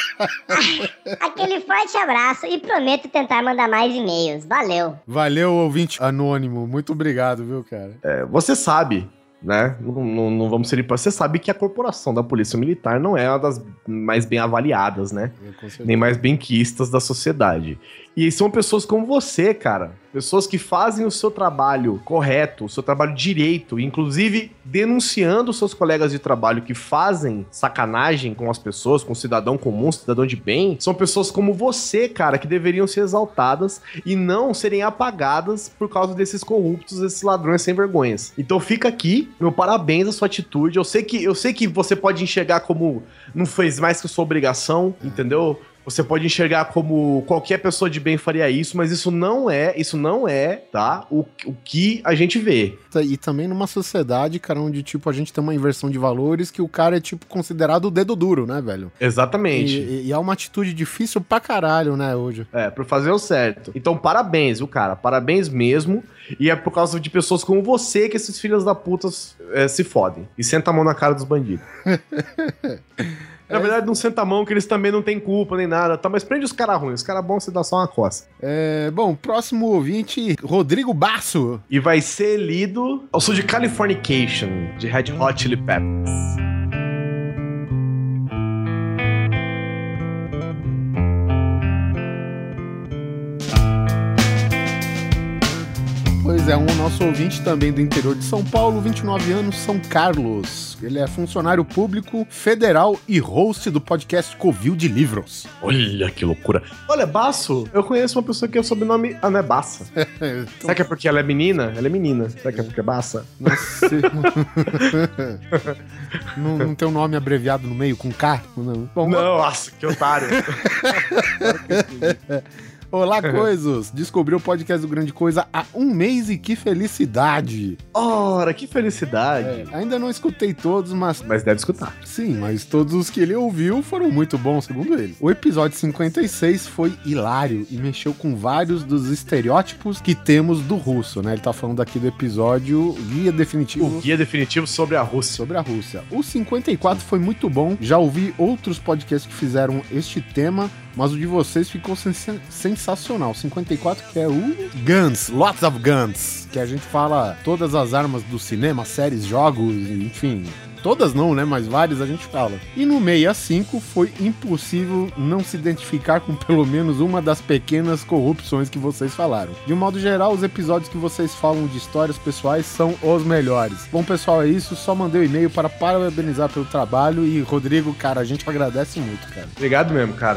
Aquele forte abraço e prometo tentar mandar mais e-mails. Valeu. Valeu, ouvinte anônimo. Muito obrigado, viu, cara? É, você sabe, né? Não, não, não vamos ser... Você sabe que a corporação da Polícia Militar não é uma das mais bem avaliadas, né? Nem mais bem quistas da sociedade. E são pessoas como você, cara. Pessoas que fazem o seu trabalho correto, o seu trabalho direito, inclusive denunciando seus colegas de trabalho que fazem sacanagem com as pessoas, com o cidadão comum, cidadão de bem. São pessoas como você, cara, que deveriam ser exaltadas e não serem apagadas por causa desses corruptos, desses ladrões sem vergonhas. Então fica aqui, meu parabéns à sua atitude. Eu sei que, eu sei que você pode enxergar como não fez mais que sua obrigação, entendeu? Você pode enxergar como qualquer pessoa de bem faria isso, mas isso não é, isso não é, tá? O, o que a gente vê. E também numa sociedade, cara, onde, tipo, a gente tem uma inversão de valores que o cara é, tipo, considerado o dedo duro, né, velho? Exatamente. E, e é uma atitude difícil pra caralho, né, hoje. É, pra fazer o certo. Então, parabéns, viu, cara? Parabéns mesmo. E é por causa de pessoas como você que esses filhos da puta é, se fodem. E senta a mão na cara dos bandidos. Na verdade, não senta a mão, que eles também não têm culpa nem nada, tá? Mas prende os caras ruins. Os caras bons, você dá só uma coça. É, bom, próximo ouvinte, Rodrigo Basso. E vai ser lido ao som de Californication, de Red Hot Chili Peppers. Pois é, um nosso ouvinte também do interior de São Paulo, vinte e nove anos, São Carlos. Ele é funcionário público federal e host do podcast Covil de Livros. Olha que loucura. Olha, Basso, eu conheço uma pessoa que é o sobrenome... Ah, não é Bassa. então... Será que é porque ela é menina? Ela é menina. Será que é porque é Bassa? Não sei. não, não tem um nome abreviado no meio com K? Não, Bom, não nossa, que otário. Olá, coisos! Descobri o podcast do Grande Coisa há um mês e que felicidade! Ora, que felicidade! É, ainda não escutei todos, mas... Mas deve escutar. Sim, mas todos os que ele ouviu foram muito bons, segundo ele. O episódio cinquenta e seis foi hilário e mexeu com vários dos estereótipos que temos do russo, né? Ele tá falando aqui do episódio Guia Definitivo... O Guia Definitivo sobre a Rússia. Sobre a Rússia. O cinquenta e quatro foi muito bom. Já ouvi outros podcasts que fizeram este tema, mas o de vocês ficou sens- sensacional. cinquenta e quatro, que é o Guns, Lots of Guns, que a gente fala todas as armas do cinema, séries, jogos, enfim... Todas não, né? Mas várias a gente fala. E no sessenta e cinco foi impossível não se identificar com pelo menos uma das pequenas corrupções que vocês falaram. De um modo geral, os episódios que vocês falam de histórias pessoais são os melhores. Bom, pessoal, é isso. Só mandei o um e-mail para parabenizar pelo trabalho. E, Rodrigo, cara, a gente agradece muito, cara. Obrigado mesmo, cara.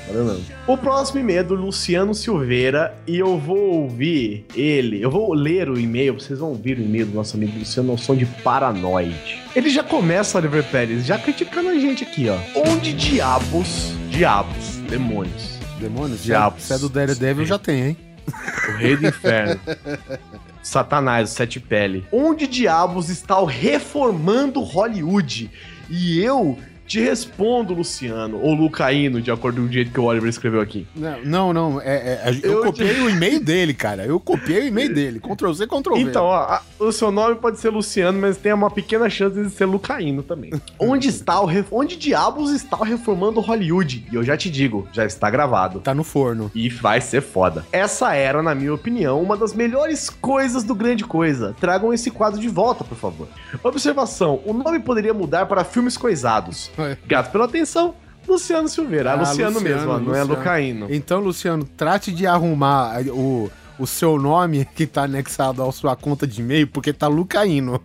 Valeu mesmo. O próximo e-mail é do Luciano Silveira e eu vou ouvir ele, eu vou ler o e-mail, vocês vão ouvir o e-mail do nosso amigo Luciano ao som de Paranoide. Ele já começa, Oliver Pérez, já criticando a gente aqui, ó. Onde diabos, diabos, demônios. Demônios? Diabos. Se é do Daredevil, já tem, hein? O rei do inferno. Satanás, o sete pele. Onde diabos está o reformando Hollywood? E eu te respondo, Luciano, ou Lucaíno, de acordo com o jeito que o Oliver escreveu aqui. Não, não, não é, é, eu, eu copiei te... o e-mail dele, cara. Eu copiei o e-mail dele. Ctrl C, Ctrl V. Então, ó, a, o seu nome pode ser Luciano, mas tem uma pequena chance de ser Lucaíno também. Onde está o ref... Onde diabos está o reformando Hollywood? E eu já te digo, já está gravado. Tá no forno. E vai ser foda. Essa era, na minha opinião, uma das melhores coisas do Grande Coisa. Tragam esse quadro de volta, por favor. Observação, o nome poderia mudar para Filmes Coisados. Obrigado pela atenção, Luciano Silveira. Ah, Luciano, Luciano mesmo, ó, não é Lucaíno. Então, Luciano, trate de arrumar o, o seu nome que tá anexado à sua conta de e-mail, porque tá Lucaíno.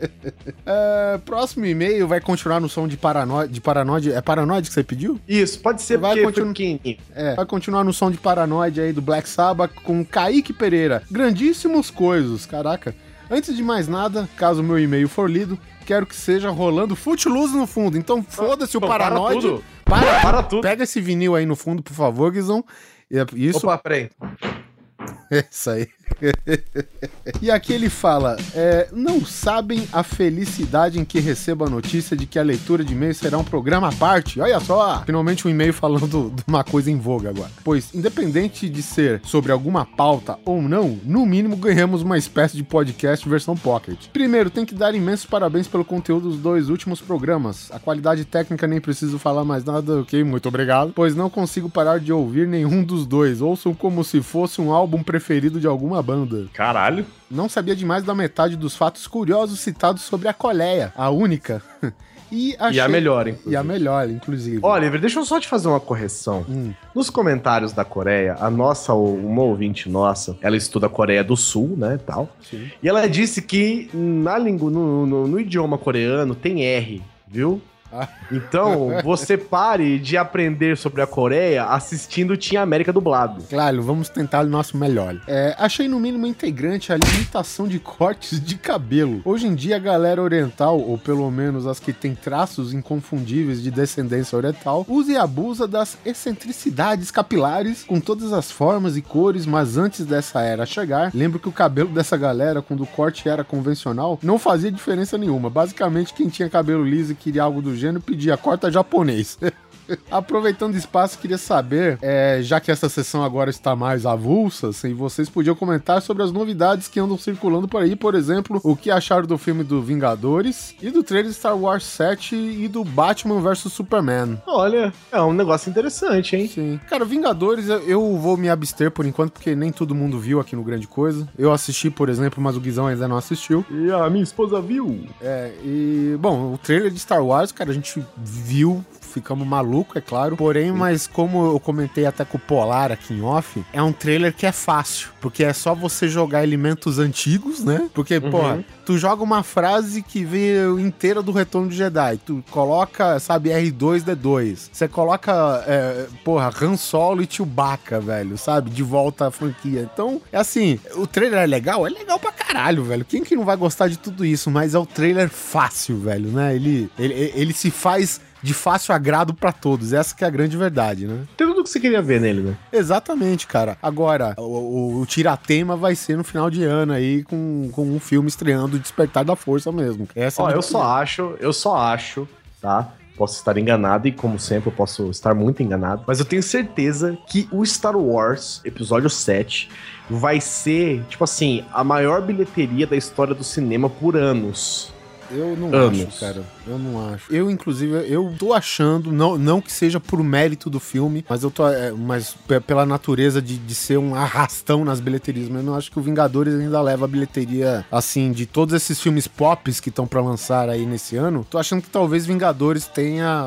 é, próximo e-mail vai continuar no som de Paranoide. De Paranoide. É Paranoide que você pediu? Isso, pode ser, vai porque continu... é, vai continuar no som de Paranoide aí do Black Sabbath com Kaique Pereira. Grandíssimos coisas, caraca. Antes de mais nada, caso o meu e-mail for lido, quero que seja rolando Footloose no fundo. Então foda-se o Paranoide. Para tudo. Para, para tudo. Pega esse vinil aí no fundo, por favor, Guizão. Isso. Opa, peraí. Isso aí. E aqui ele fala, é, não sabem a felicidade em que recebo a notícia de que a leitura de e-mail será um programa à parte. Olha só, finalmente um e-mail falando de uma coisa em voga agora. Pois, independente de ser sobre alguma pauta ou não, no mínimo ganhamos uma espécie de podcast versão pocket. Primeiro, tem que dar imensos parabéns pelo conteúdo dos dois últimos programas. A qualidade técnica nem preciso falar mais nada, ok? Muito obrigado. Pois não consigo parar de ouvir nenhum dos dois. Ouçam como se fosse um álbum preferido de alguma banda. Caralho. Não sabia demais da metade dos fatos curiosos citados sobre a Coreia, a única. E, achei... e a melhor, inclusive. E a melhor, inclusive. Oliver, deixa eu só te fazer uma correção. Hum. Nos comentários da Coreia, a nossa, uma ouvinte nossa, ela estuda a Coreia do Sul, né, tal. Sim. E ela disse que na língua, no, no, no idioma coreano tem R, viu? Então, você pare de aprender sobre a Coreia assistindo Team América dublado. Claro, vamos tentar o nosso melhor. É, achei no mínimo integrante a limitação de cortes de cabelo. Hoje em dia, a galera oriental, ou pelo menos as que tem traços inconfundíveis de descendência oriental, usa e abusa das excentricidades capilares com todas as formas e cores, mas antes dessa era chegar, lembro que o cabelo dessa galera, quando o corte era convencional, não fazia diferença nenhuma. Basicamente, quem tinha cabelo liso e queria algo do gênero pedia corta japonês. Aproveitando o espaço, queria saber, é, já que essa sessão agora está mais avulsa, se vocês podiam comentar sobre as novidades que andam circulando por aí, por exemplo, o que acharam do filme do Vingadores e do trailer de Star Wars sete e do Batman versus Superman. Olha, é um negócio interessante, hein? Sim. Cara, Vingadores eu vou me abster por enquanto, porque nem todo mundo viu aqui no Grande Coisa. Eu assisti, por exemplo, mas o Guizão ainda não assistiu. E a minha esposa viu. É, e, bom, o trailer de Star Wars, cara, a gente viu, ficamos malucos, é claro. Porém, mas como eu comentei até com o Polar aqui em off, é um trailer que é fácil, porque é só você jogar elementos antigos, né? Porque, uhum. porra, tu joga uma frase que veio inteira do Retorno de Jedi, tu coloca, sabe, R dois D dois, você coloca, é, porra, Han Solo e Chewbacca, velho, sabe? De volta à franquia. Então, é assim, o trailer é legal? É legal pra caralho, velho. Quem que não vai gostar de tudo isso? Mas é o trailer fácil, velho, né? Ele, ele, ele se faz de fácil agrado pra todos. Essa que é a grande verdade, né? Tem tudo que você queria ver nele, né? Exatamente, cara. Agora, o, o, o tiratema vai ser no final de ano aí, com, com um filme estreando, Despertar da Força mesmo. Essa Ó, é eu só acho, eu só acho, tá? Posso estar enganado e, como sempre, eu posso estar muito enganado. Mas eu tenho certeza que o Star Wars, episódio sete, vai ser, tipo assim, a maior bilheteria da história do cinema por anos. Eu não Anos. acho, cara. Eu não acho. Eu, inclusive, eu tô achando, não, não que seja por mérito do filme, mas eu tô, é, mas p- pela natureza de, de ser um arrastão nas bilheterias, mas eu não acho que o Vingadores ainda leva a bilheteria, assim, de todos esses filmes pops que estão pra lançar aí nesse ano. Tô achando que talvez Vingadores tenha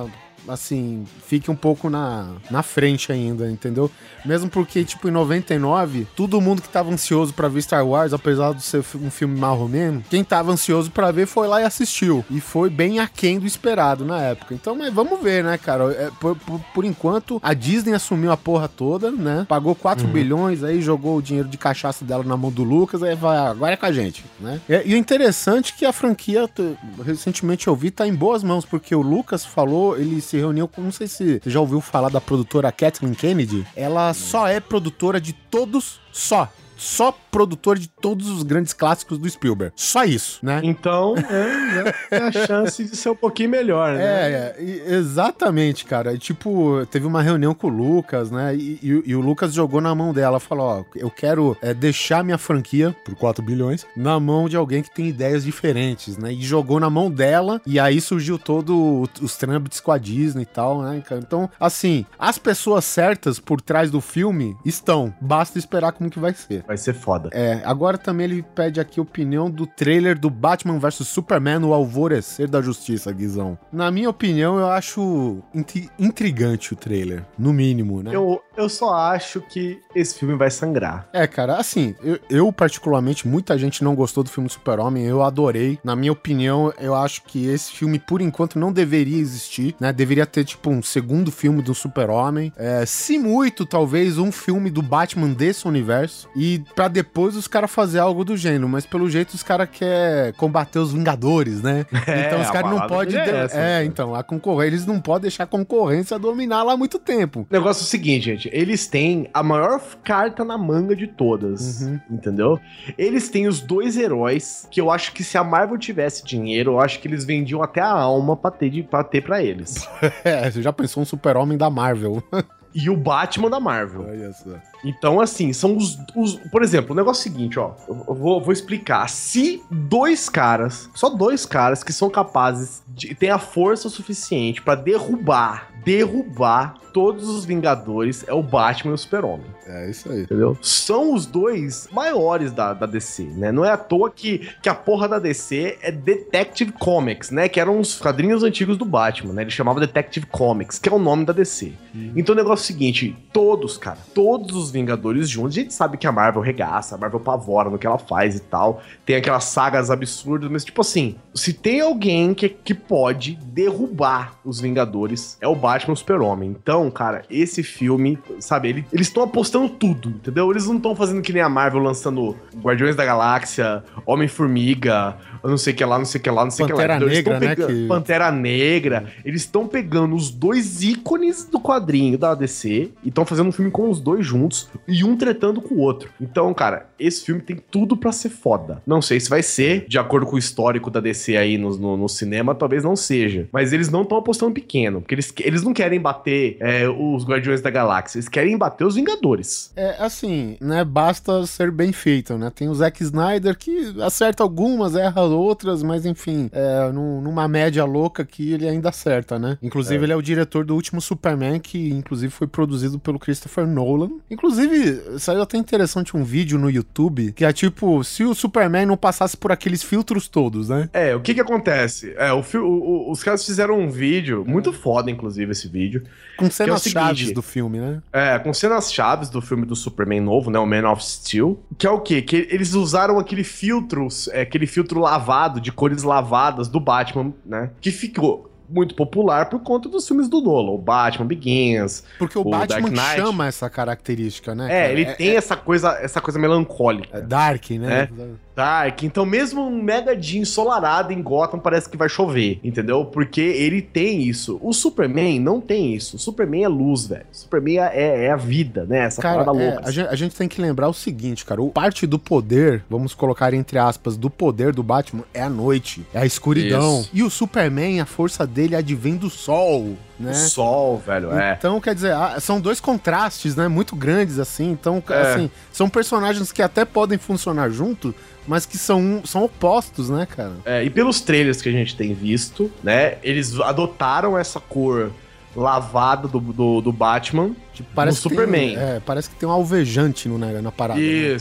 assim, fique um pouco na, na frente ainda, entendeu? Mesmo porque, tipo, em noventa e nove, todo mundo que tava ansioso pra ver Star Wars, apesar de ser um filme marromeno, quem tava ansioso pra ver foi lá e assistiu. E foi bem aquém do esperado na época. Então, mas vamos ver, né, cara? É, por, por, por enquanto, a Disney assumiu a porra toda, né? Pagou quatro bilhões, aí jogou o dinheiro de cachaça dela na mão do Lucas, aí vai, agora é com a gente, né? E, e o interessante é que a franquia, recentemente eu vi, tá em boas mãos, porque o Lucas falou, ele se reuniu com, não sei se você já ouviu falar da produtora Kathleen Kennedy, ela só é produtora de todos, só. Só produtor de todos os grandes clássicos do Spielberg. Só isso, né? Então, é, tem a chance de ser um pouquinho melhor, né? É, é exatamente, cara. E, tipo, teve uma reunião com o Lucas, né? E, e, e o Lucas jogou na mão dela. Falou, ó, eu quero é, deixar minha franquia, por quatro bilhões, na mão de alguém que tem ideias diferentes, né? E jogou na mão dela, e aí surgiu todo os trâmites com a Disney e tal, né, cara? Então, assim, as pessoas certas por trás do filme estão. Basta esperar como que vai ser. Vai ser foda. É, agora também ele pede aqui a opinião do trailer do Batman versus Superman, o Alvorecer da Justiça, Guizão. Na minha opinião, eu acho int- intrigante o trailer, no mínimo, né? Eu, eu só acho que esse filme vai sangrar. É, cara, assim, eu, eu particularmente, muita gente não gostou do filme Super-Homem, eu adorei. Na minha opinião, eu acho que esse filme, por enquanto, não deveria existir, né? Deveria ter, tipo, um segundo filme do Super-Homem. É, se muito, talvez, um filme do Batman desse universo. E pra depois os caras fazer algo do gênero, mas pelo jeito os caras querem combater os Vingadores, né? É, então os caras não podem... É, de... essa, é então, a concorrência, eles não podem deixar a concorrência dominar lá muito tempo. O negócio é o seguinte, gente, eles têm a maior carta na manga de todas, Uhum. entendeu? Eles têm os dois heróis que eu acho que se a Marvel tivesse dinheiro, eu acho que eles vendiam até a alma pra ter, de, pra ter pra eles. É, você já pensou um Super-Homem da Marvel. E o Batman da Marvel. Olha só. Então, assim, são os, os... Por exemplo, o negócio é o seguinte, ó. Eu vou, vou explicar. Se dois caras, só dois caras que são capazes de... Tem a força suficiente pra derrubar, derrubar todos os Vingadores, é o Batman e o Super-Homem. É isso aí. Entendeu? São os dois maiores da, da D C, né? Não é à toa que, que a porra da D C é Detective Comics, né? Que eram os quadrinhos antigos do Batman, né? Ele chamava Detective Comics, que é o nome da D C. Hum. Então o negócio é o seguinte, todos, cara, todos os Vingadores juntos, a gente sabe que a Marvel regaça, a Marvel pavora no que ela faz e tal, tem aquelas sagas absurdas, mas tipo assim, se tem alguém que, que pode derrubar os Vingadores, é o Batman e o Super-Homem. Então, cara, esse filme, sabe, ele, eles estão apostando tudo, entendeu? Eles não estão fazendo que nem a Marvel lançando Guardiões da Galáxia, Homem-Formiga, não sei o que lá, não sei o que lá, não sei o que lá. Pantera Negra, né? Pegando, Que... Pantera Negra. Eles estão pegando os dois ícones do quadrinho da D C e estão fazendo um filme com os dois juntos e um tretando com o outro. Então, cara, esse filme tem tudo pra ser foda. Não sei se vai ser, de acordo com o histórico da D C aí no, no, no cinema, talvez não seja. Mas eles não estão apostando pequeno, porque eles, eles não querem bater é, os Guardiões da Galáxia, eles querem bater os Vingadores. É, assim, né, basta ser bem feito, né? Tem o Zack Snyder que acerta algumas, erra outras, mas enfim, é, num, numa média louca que ele ainda acerta, né? Inclusive, é. ele é o diretor do último Superman, que inclusive foi produzido pelo Christopher Nolan. Inclusive, saiu até interessante um vídeo no YouTube, que é tipo, se o Superman não passasse por aqueles filtros todos, né? É, o que que acontece? É, o, o, o, os caras fizeram um vídeo, muito foda, inclusive, esse vídeo. Com cenas é chaves do filme, né? É, com cenas chaves do filme do Superman novo, né? O Man of Steel. Que é o quê? Que eles usaram aquele filtro, é, aquele filtro lavado, de cores lavadas do Batman, né? Que ficou muito popular por conta dos filmes do Nolan. O Batman Begins. Porque o, o Batman chama essa característica, né? É, cara? ele é, tem é, essa coisa, essa coisa melancólica. É dark, né? É. Dark. Então, mesmo um mega dia ensolarado em Gotham, parece que vai chover, entendeu? Porque ele tem isso. O Superman não tem isso. O Superman é luz, velho. O Superman é, é a vida, né? Essa cara, parada é, louca. A gente, a gente tem que lembrar o seguinte, cara. O parte do poder, vamos colocar entre aspas, do poder do Batman é a noite. É a escuridão. Isso. E o Superman, a força dele advém do sol, né? O sol, velho, é. Então, quer dizer, são dois contrastes, né? Muito grandes, assim. Então, é. assim, são personagens que até podem funcionar junto, mas que são, são opostos, né, cara? É, e pelos trailers que a gente tem visto, né, eles adotaram essa cor lavada do, do, do Batman tipo, parece no Superman. Tem, é, parece que tem um alvejante no, né, na parada. Isso. Né?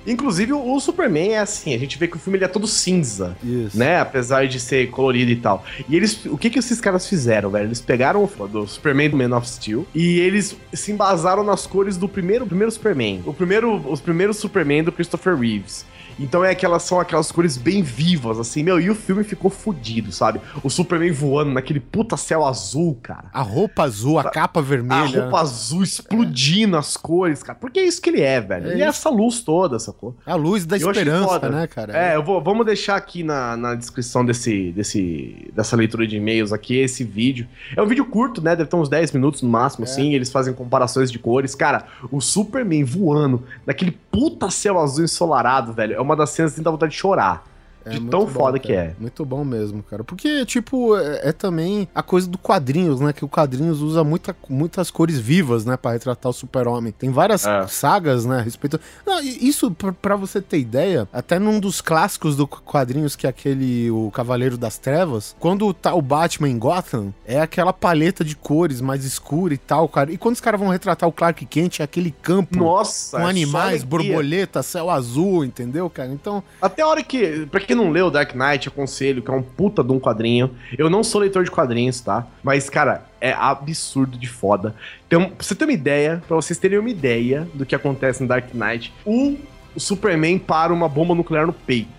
Inclusive, o, o Superman é assim, a gente vê que o filme ele é todo cinza, Isso. né? Apesar de ser colorido e tal. E eles, o que que esses caras fizeram, velho? Eles pegaram o do Superman do Man of Steel e eles se embasaram nas cores do primeiro, primeiro Superman. O primeiro, os primeiros Superman do Christopher Reeves. Então é aquelas, são aquelas cores bem vivas, assim, meu, e o filme ficou fodido, sabe? O Superman voando naquele puta céu azul, cara. A roupa azul, a capa vermelha. A roupa azul explodindo é. as cores, cara. Porque é isso que ele é, velho. É ele é essa luz toda, sacou? A luz da eu esperança, né, cara? É, eu vou, vamos deixar aqui na, na descrição desse, desse, dessa leitura de e-mails aqui, esse vídeo. É um vídeo curto, né? Deve ter uns dez minutos no máximo, é. assim. Eles fazem comparações de cores. Cara, o Superman voando naquele puta céu azul ensolarado, velho, é uma das cenas que dá vontade de chorar. De é tão bom, foda cara. que é. Muito bom mesmo, cara. Porque, tipo, é, é também a coisa do quadrinhos, né? Que o quadrinhos usa muita, muitas cores vivas, né? Pra retratar o Super-Homem. Tem várias é. sagas, né? A respeito... Não, isso, pra, pra você ter ideia, até num dos clássicos do quadrinhos, que é aquele, o Cavaleiro das Trevas, quando tá o Batman em Gotham, é aquela paleta de cores mais escura e tal, cara. E quando os caras vão retratar o Clark Kent, é aquele campo Nossa, com animais, borboleta, céu azul, entendeu, cara? Então... Até a hora que... Pra quem não leu Dark Knight, aconselho, que é um puta de um quadrinho. Eu não sou leitor de quadrinhos, tá? Mas, cara, é absurdo de foda. Então, pra você ter uma ideia, pra vocês terem uma ideia do que acontece no Dark Knight, o Superman para uma bomba nuclear no peito.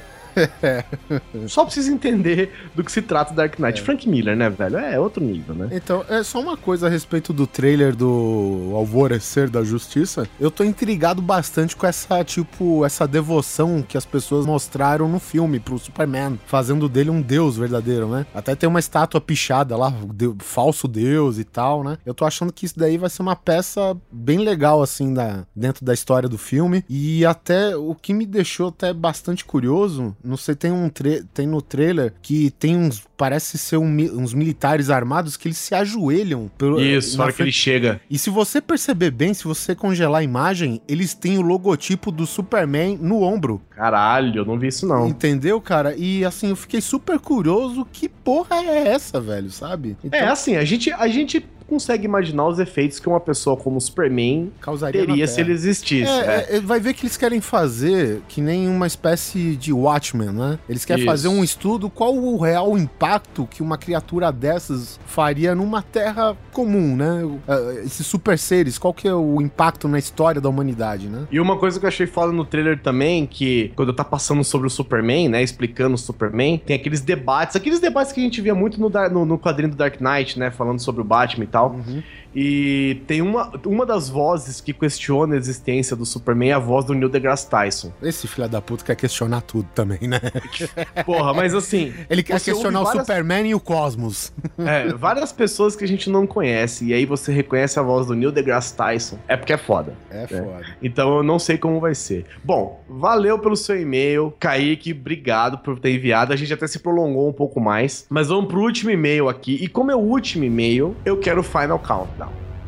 Só pra vocês entenderem do que se trata Dark Knight. É. Frank Miller, né, velho? É outro nível, né? Então, é só uma coisa a respeito do trailer do Alvorecer da Justiça. Eu tô intrigado bastante com essa, tipo, essa devoção que as pessoas mostraram no filme pro Superman, fazendo dele um deus verdadeiro, né? Até tem uma estátua pichada lá, de, falso deus e tal, né? Eu tô achando que isso daí vai ser uma peça bem legal, assim, da, dentro da história do filme. E até o que me deixou até bastante curioso, não sei, tem um tra- tem no trailer que tem uns, parece ser um, uns militares armados que eles se ajoelham. Pelo, Isso, na hora que ele chega. E se você perceber bem, se você congelar a imagem, eles têm o logotipo do Superman no ombro. Caralho, eu não vi isso não. Entendeu, cara? E assim, eu fiquei super curioso, que porra é essa, velho, sabe? Então... É, assim, a gente... A gente... consegue imaginar os efeitos que uma pessoa como o Superman causaria teria se ele existisse. É, é. É, vai ver que eles querem fazer que nem uma espécie de Watchmen, né? Eles querem Isso. fazer um estudo qual o real impacto que uma criatura dessas faria numa terra comum, né? Esses super seres, qual que é o impacto na história da humanidade, né? E uma coisa que eu achei foda no trailer também, que quando tá passando sobre o Superman, né? Explicando o Superman, tem aqueles debates, aqueles debates que a gente via muito no, no, no quadrinho do Dark Knight, né? Falando sobre o Batman e tal. Uhum. E tem uma, uma das vozes que questiona a existência do Superman, é a voz do Neil deGrasse Tyson. Esse filho da puta quer questionar tudo também, né? Porra, mas assim... Ele quer questionar o várias... Superman e o cosmos. É, várias pessoas que a gente não conhece, e aí você reconhece a voz do Neil deGrasse Tyson, é porque é foda. É foda. Né? Então eu não sei como vai ser. Bom, valeu pelo seu e-mail, Kaique, obrigado por ter enviado. A gente até se prolongou um pouco mais, mas vamos pro último e-mail aqui. E como é o último e-mail, eu quero o Final Countdown.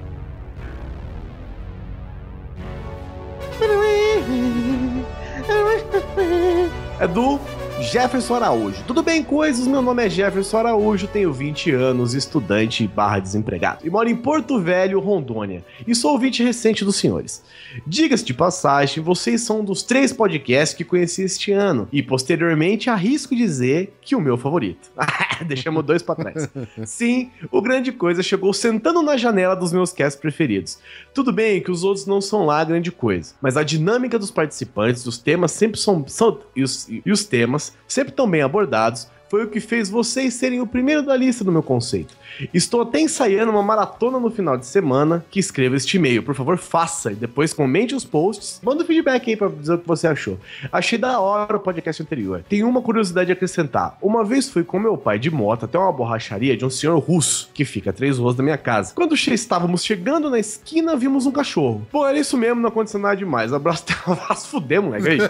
É do Jefferson Araújo. Tudo bem, coisas? Meu nome é Jefferson Araújo, tenho vinte anos, estudante barra desempregado. E moro em Porto Velho, Rondônia. E sou ouvinte recente dos senhores. Diga-se de passagem, vocês são um dos três podcasts que conheci este ano. E posteriormente arrisco dizer que o meu favorito. Deixamos dois pra trás. Sim, o Grande Coisa chegou sentando na janela dos meus casts preferidos. Tudo bem que os outros não são lá grande coisa, mas a dinâmica dos participantes, os temas sempre são... são e, os, e os temas sempre tão bem abordados, foi o que fez vocês serem o primeiro da lista do meu conceito. Estou até ensaiando uma maratona no final de semana que escreva este e-mail. Por favor, faça e depois comente os posts. Manda um feedback aí pra dizer o que você achou. Achei da hora o podcast anterior. Tenho uma curiosidade a acrescentar. Uma vez fui com meu pai de moto até uma borracharia de um senhor russo que fica a três ruas da minha casa. Quando estávamos chegando na esquina, vimos um cachorro. Pô, era isso mesmo, não aconteceu nada demais. Abraço, se fuder, moleque. Aí.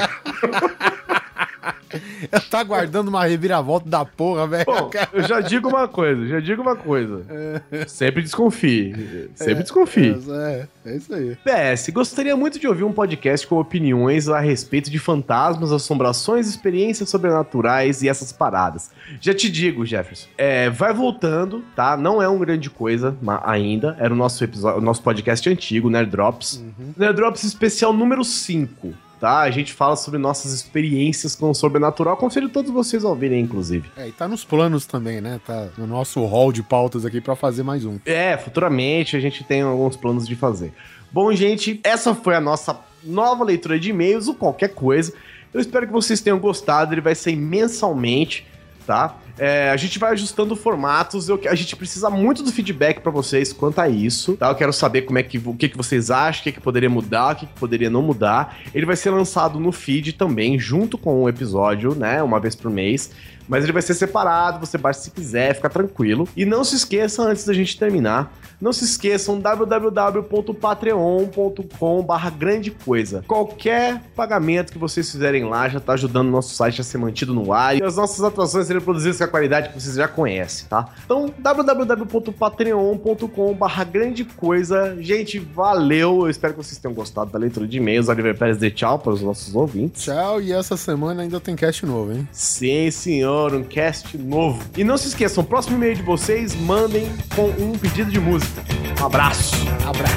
Eu tô aguardando uma reviravolta da porra, velho. Bom, eu já digo uma coisa, já digo uma coisa. É. Sempre desconfie. Sempre é, desconfie. É, é isso aí. P S, gostaria muito de ouvir um podcast com opiniões a respeito de fantasmas, assombrações, experiências sobrenaturais e essas paradas. Já te digo, Jefferson, é, vai voltando, tá? Não é um grande coisa ainda. Era o nosso episódio, o nosso podcast antigo, Nerd Drops. Uhum. Nerd Drops especial número cinco. tá? A gente fala sobre nossas experiências com o sobrenatural. Aconselho todos vocês a ouvirem, inclusive. É, e tá nos planos também, né? Tá no nosso hall de pautas aqui pra fazer mais um. É, futuramente a gente tem alguns planos de fazer. Bom, gente, essa foi a nossa nova leitura de e-mails, ou qualquer coisa. Eu espero que vocês tenham gostado. Ele vai ser mensalmente, tá? É, a gente vai ajustando formatos. Eu, a gente precisa muito do feedback pra vocês quanto a isso, tá? Eu quero saber como é que, o que, que vocês acham, o que, que poderia mudar, o que, que poderia não mudar. Ele vai ser lançado no feed também, junto com o episódio, né? Uma vez por mês. Mas ele vai ser separado, você baixa se quiser, fica tranquilo. E não se esqueça, antes da gente terminar, não se esqueçam, w w w ponto patreon ponto com barra grande coisa. Qualquer pagamento que vocês fizerem lá já tá ajudando o nosso site a ser mantido no ar e as nossas atuações serem produzidas com a qualidade que vocês já conhecem, tá? Então, w w w ponto patreon ponto com barra grande coisa. Gente, valeu! Eu espero que vocês tenham gostado da leitura de e-mails. Oliver Pérez dê tchau para os nossos ouvintes. Tchau, e essa semana ainda tem cast novo, hein? Sim, senhor. Um cast novo. E não se esqueçam, o próximo e-mail de vocês, mandem com um pedido de música. Um abraço. Abraço.